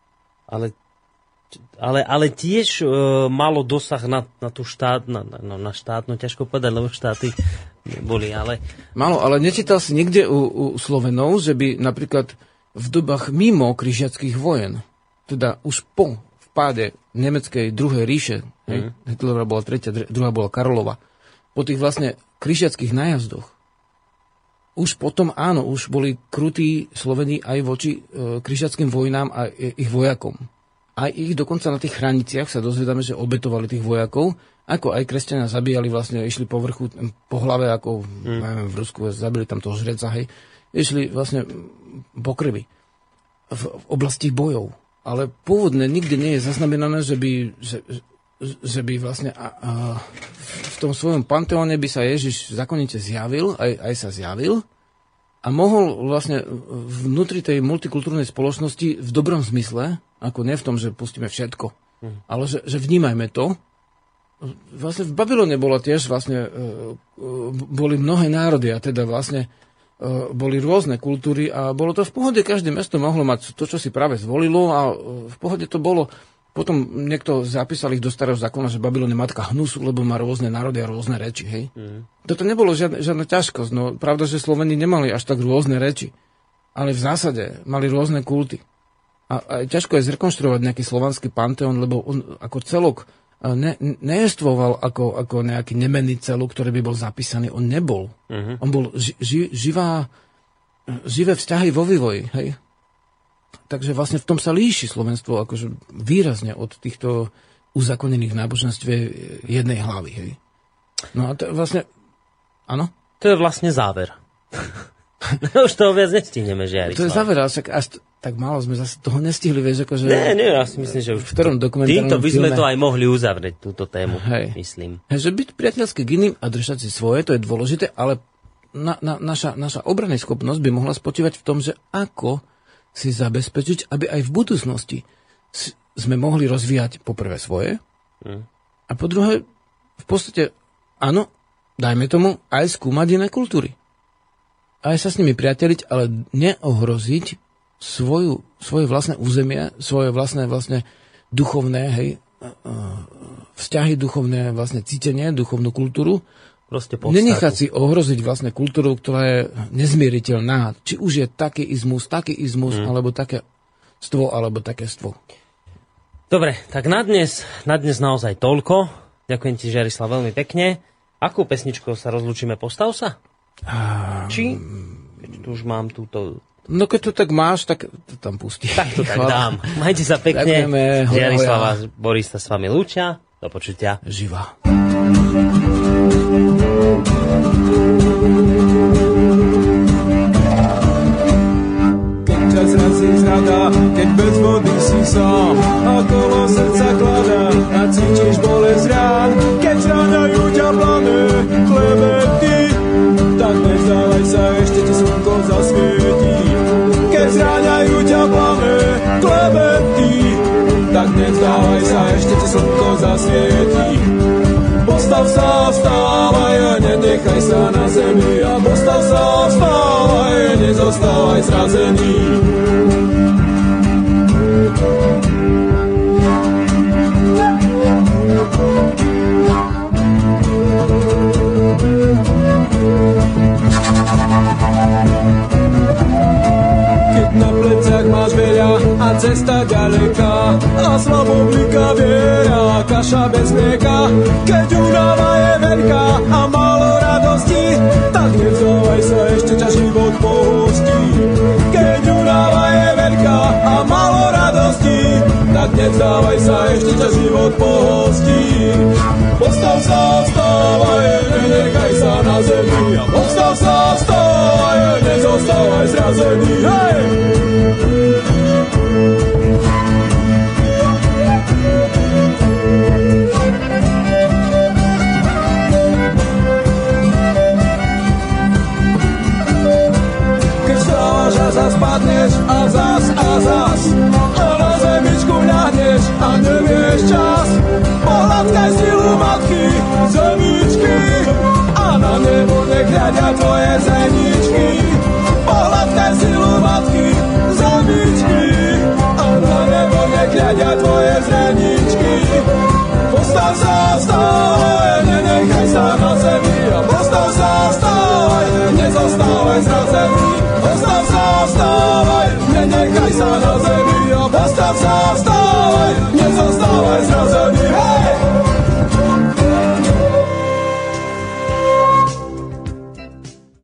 ale tiež malo dosah na tú na štátnu, ťažko povedať, lebo štáty neboli, ale... Malo, ale nečítal si nikde u Slovenov, že by napríklad v dobách mimo križiackých vojen, teda už po vpáde nemeckej druhej ríše, Hitlerová bola tretia, druhá bola Karlova, po tých vlastne križiackých nájazdoch, už potom áno, už boli krutí Sloveni aj voči križiackým vojnám a ich vojakom. Aj ich dokonca na tých hraniciach sa dozvedáme, že obetovali tých vojakov, ako aj kresťania zabíjali, vlastne išli po vrchu, po hlave, ako neviem, v Rusku zabili tam toho žreca, hej, išli vlastne po krvi v oblasti bojov. Ale pôvodne nikde nie je zaznamenané, že by vlastne v tom svojom panteóne by sa Ježiš zákonite zjavil, aj sa zjavil a mohol vlastne vnútri tej multikultúrnej spoločnosti v dobrom zmysle, ako nie v tom, že pustíme všetko, ale že vnímajme to. Vlastne v Babylone bola tiež vlastne, boli mnohé národy a teda vlastne boli rôzne kultúry a bolo to v pohode, každé mesto mohlo mať to, čo si práve zvolilo a v pohode to bolo. Potom niekto zapísal ich do starého zákona, že Babylon je matka hnusu, lebo má rôzne národy a rôzne reči, hej. Toto nebolo žiadna ťažkosť, no pravda, že Sloveni nemali až tak rôzne reči, ale v zásade mali rôzne kulty. A ťažko je zrekonštruovať nejaký slovanský panteón, lebo on ako celok neestvoval ako nejaký nemenný celok, ktorý by bol zapísaný. On nebol. On bol živé vzťahy vo vývoji, hej. Takže vlastne v tom sa líši Slovenstvo akože výrazne od týchto uzakonených náboženstiev jednej hlavy, hej. No a to vlastne, áno? To je vlastne záver. Už toho viac nestihneme, Žiarislav. To je záver, tak málo sme zase toho nestihli, vieš, akože... Nie, ja si myslím, že už v ktorom dokumentárnom týmto by sme filme... to aj mohli uzavrieť, túto tému, Hej. myslím. Hej, že byť priateľský k iným a držať si svoje, to je dôležité, ale naša obranná schopnosť by mohla spočívať v tom, že ako si zabezpečiť, aby aj v budúcnosti sme mohli rozvíjať poprvé svoje a po druhé, v podstate, áno, dajme tomu, aj skúmať iné kultúry. Aj sa s nimi priateliť, ale neohroziť svoje vlastné územie, svoje vlastné duchovné, hej, vzťahy, duchovné vlastne cítenie, duchovnú kultúru. Proste podstatu. Nenechať si ohroziť vlastne kultúru, ktorá je nezmieriteľná. Či už je taký izmus, alebo také stvo, alebo také stvo. Dobre, tak na dnes naozaj toľko. Ďakujem ti, Žiarislav, veľmi pekne. Akú pesničkou sa rozlúčime? Postav sa? Či? Keď tu už mám túto... No keď to tak máš, tak to tam pustí. Tak to tak dám. Majte sa pekne. Žiarislava Boris sa s vami lúčia. Do počutia. Živa. Keď ťa zrazí zrada, keď bez vody si sám a kolo srdca kladá a cítiš bolesť rán, keď zráňajú ťa plané klebety, tak nevzdávaj sa, ešte ti slnko zasvietí. Keď zráňajú ťa plané klebety, tak nevzdávaj sa, ešte ti slnko zasvietí. Postav sa, vstávaj a nenechaj sa na zemi, a postav sa, vstávaj, nezostávaj zrazený. Keď na pleciach máš veľa a cesta ďaleká a slabo bliká viera, kaša bez mlieka. Keď únava je veľká a málo radosti, tak nevzdávaj sa, ešte ťa život pohostí. Keď únava je veľká a málo radosti, tak nevzdávaj sa, ešte ťa život pohostí. Postav sa, vstávaj, nenechaj sa na zemi, a postav sa, vstávaj, nezostávaj zrazený. Hej! Keď vstávaš a zas padneš a zas a na zemičku ľahneš a nevieš čas, pohľadkaj silu matky, zemičky, a na nebo nech hľadia tvoje zemičky.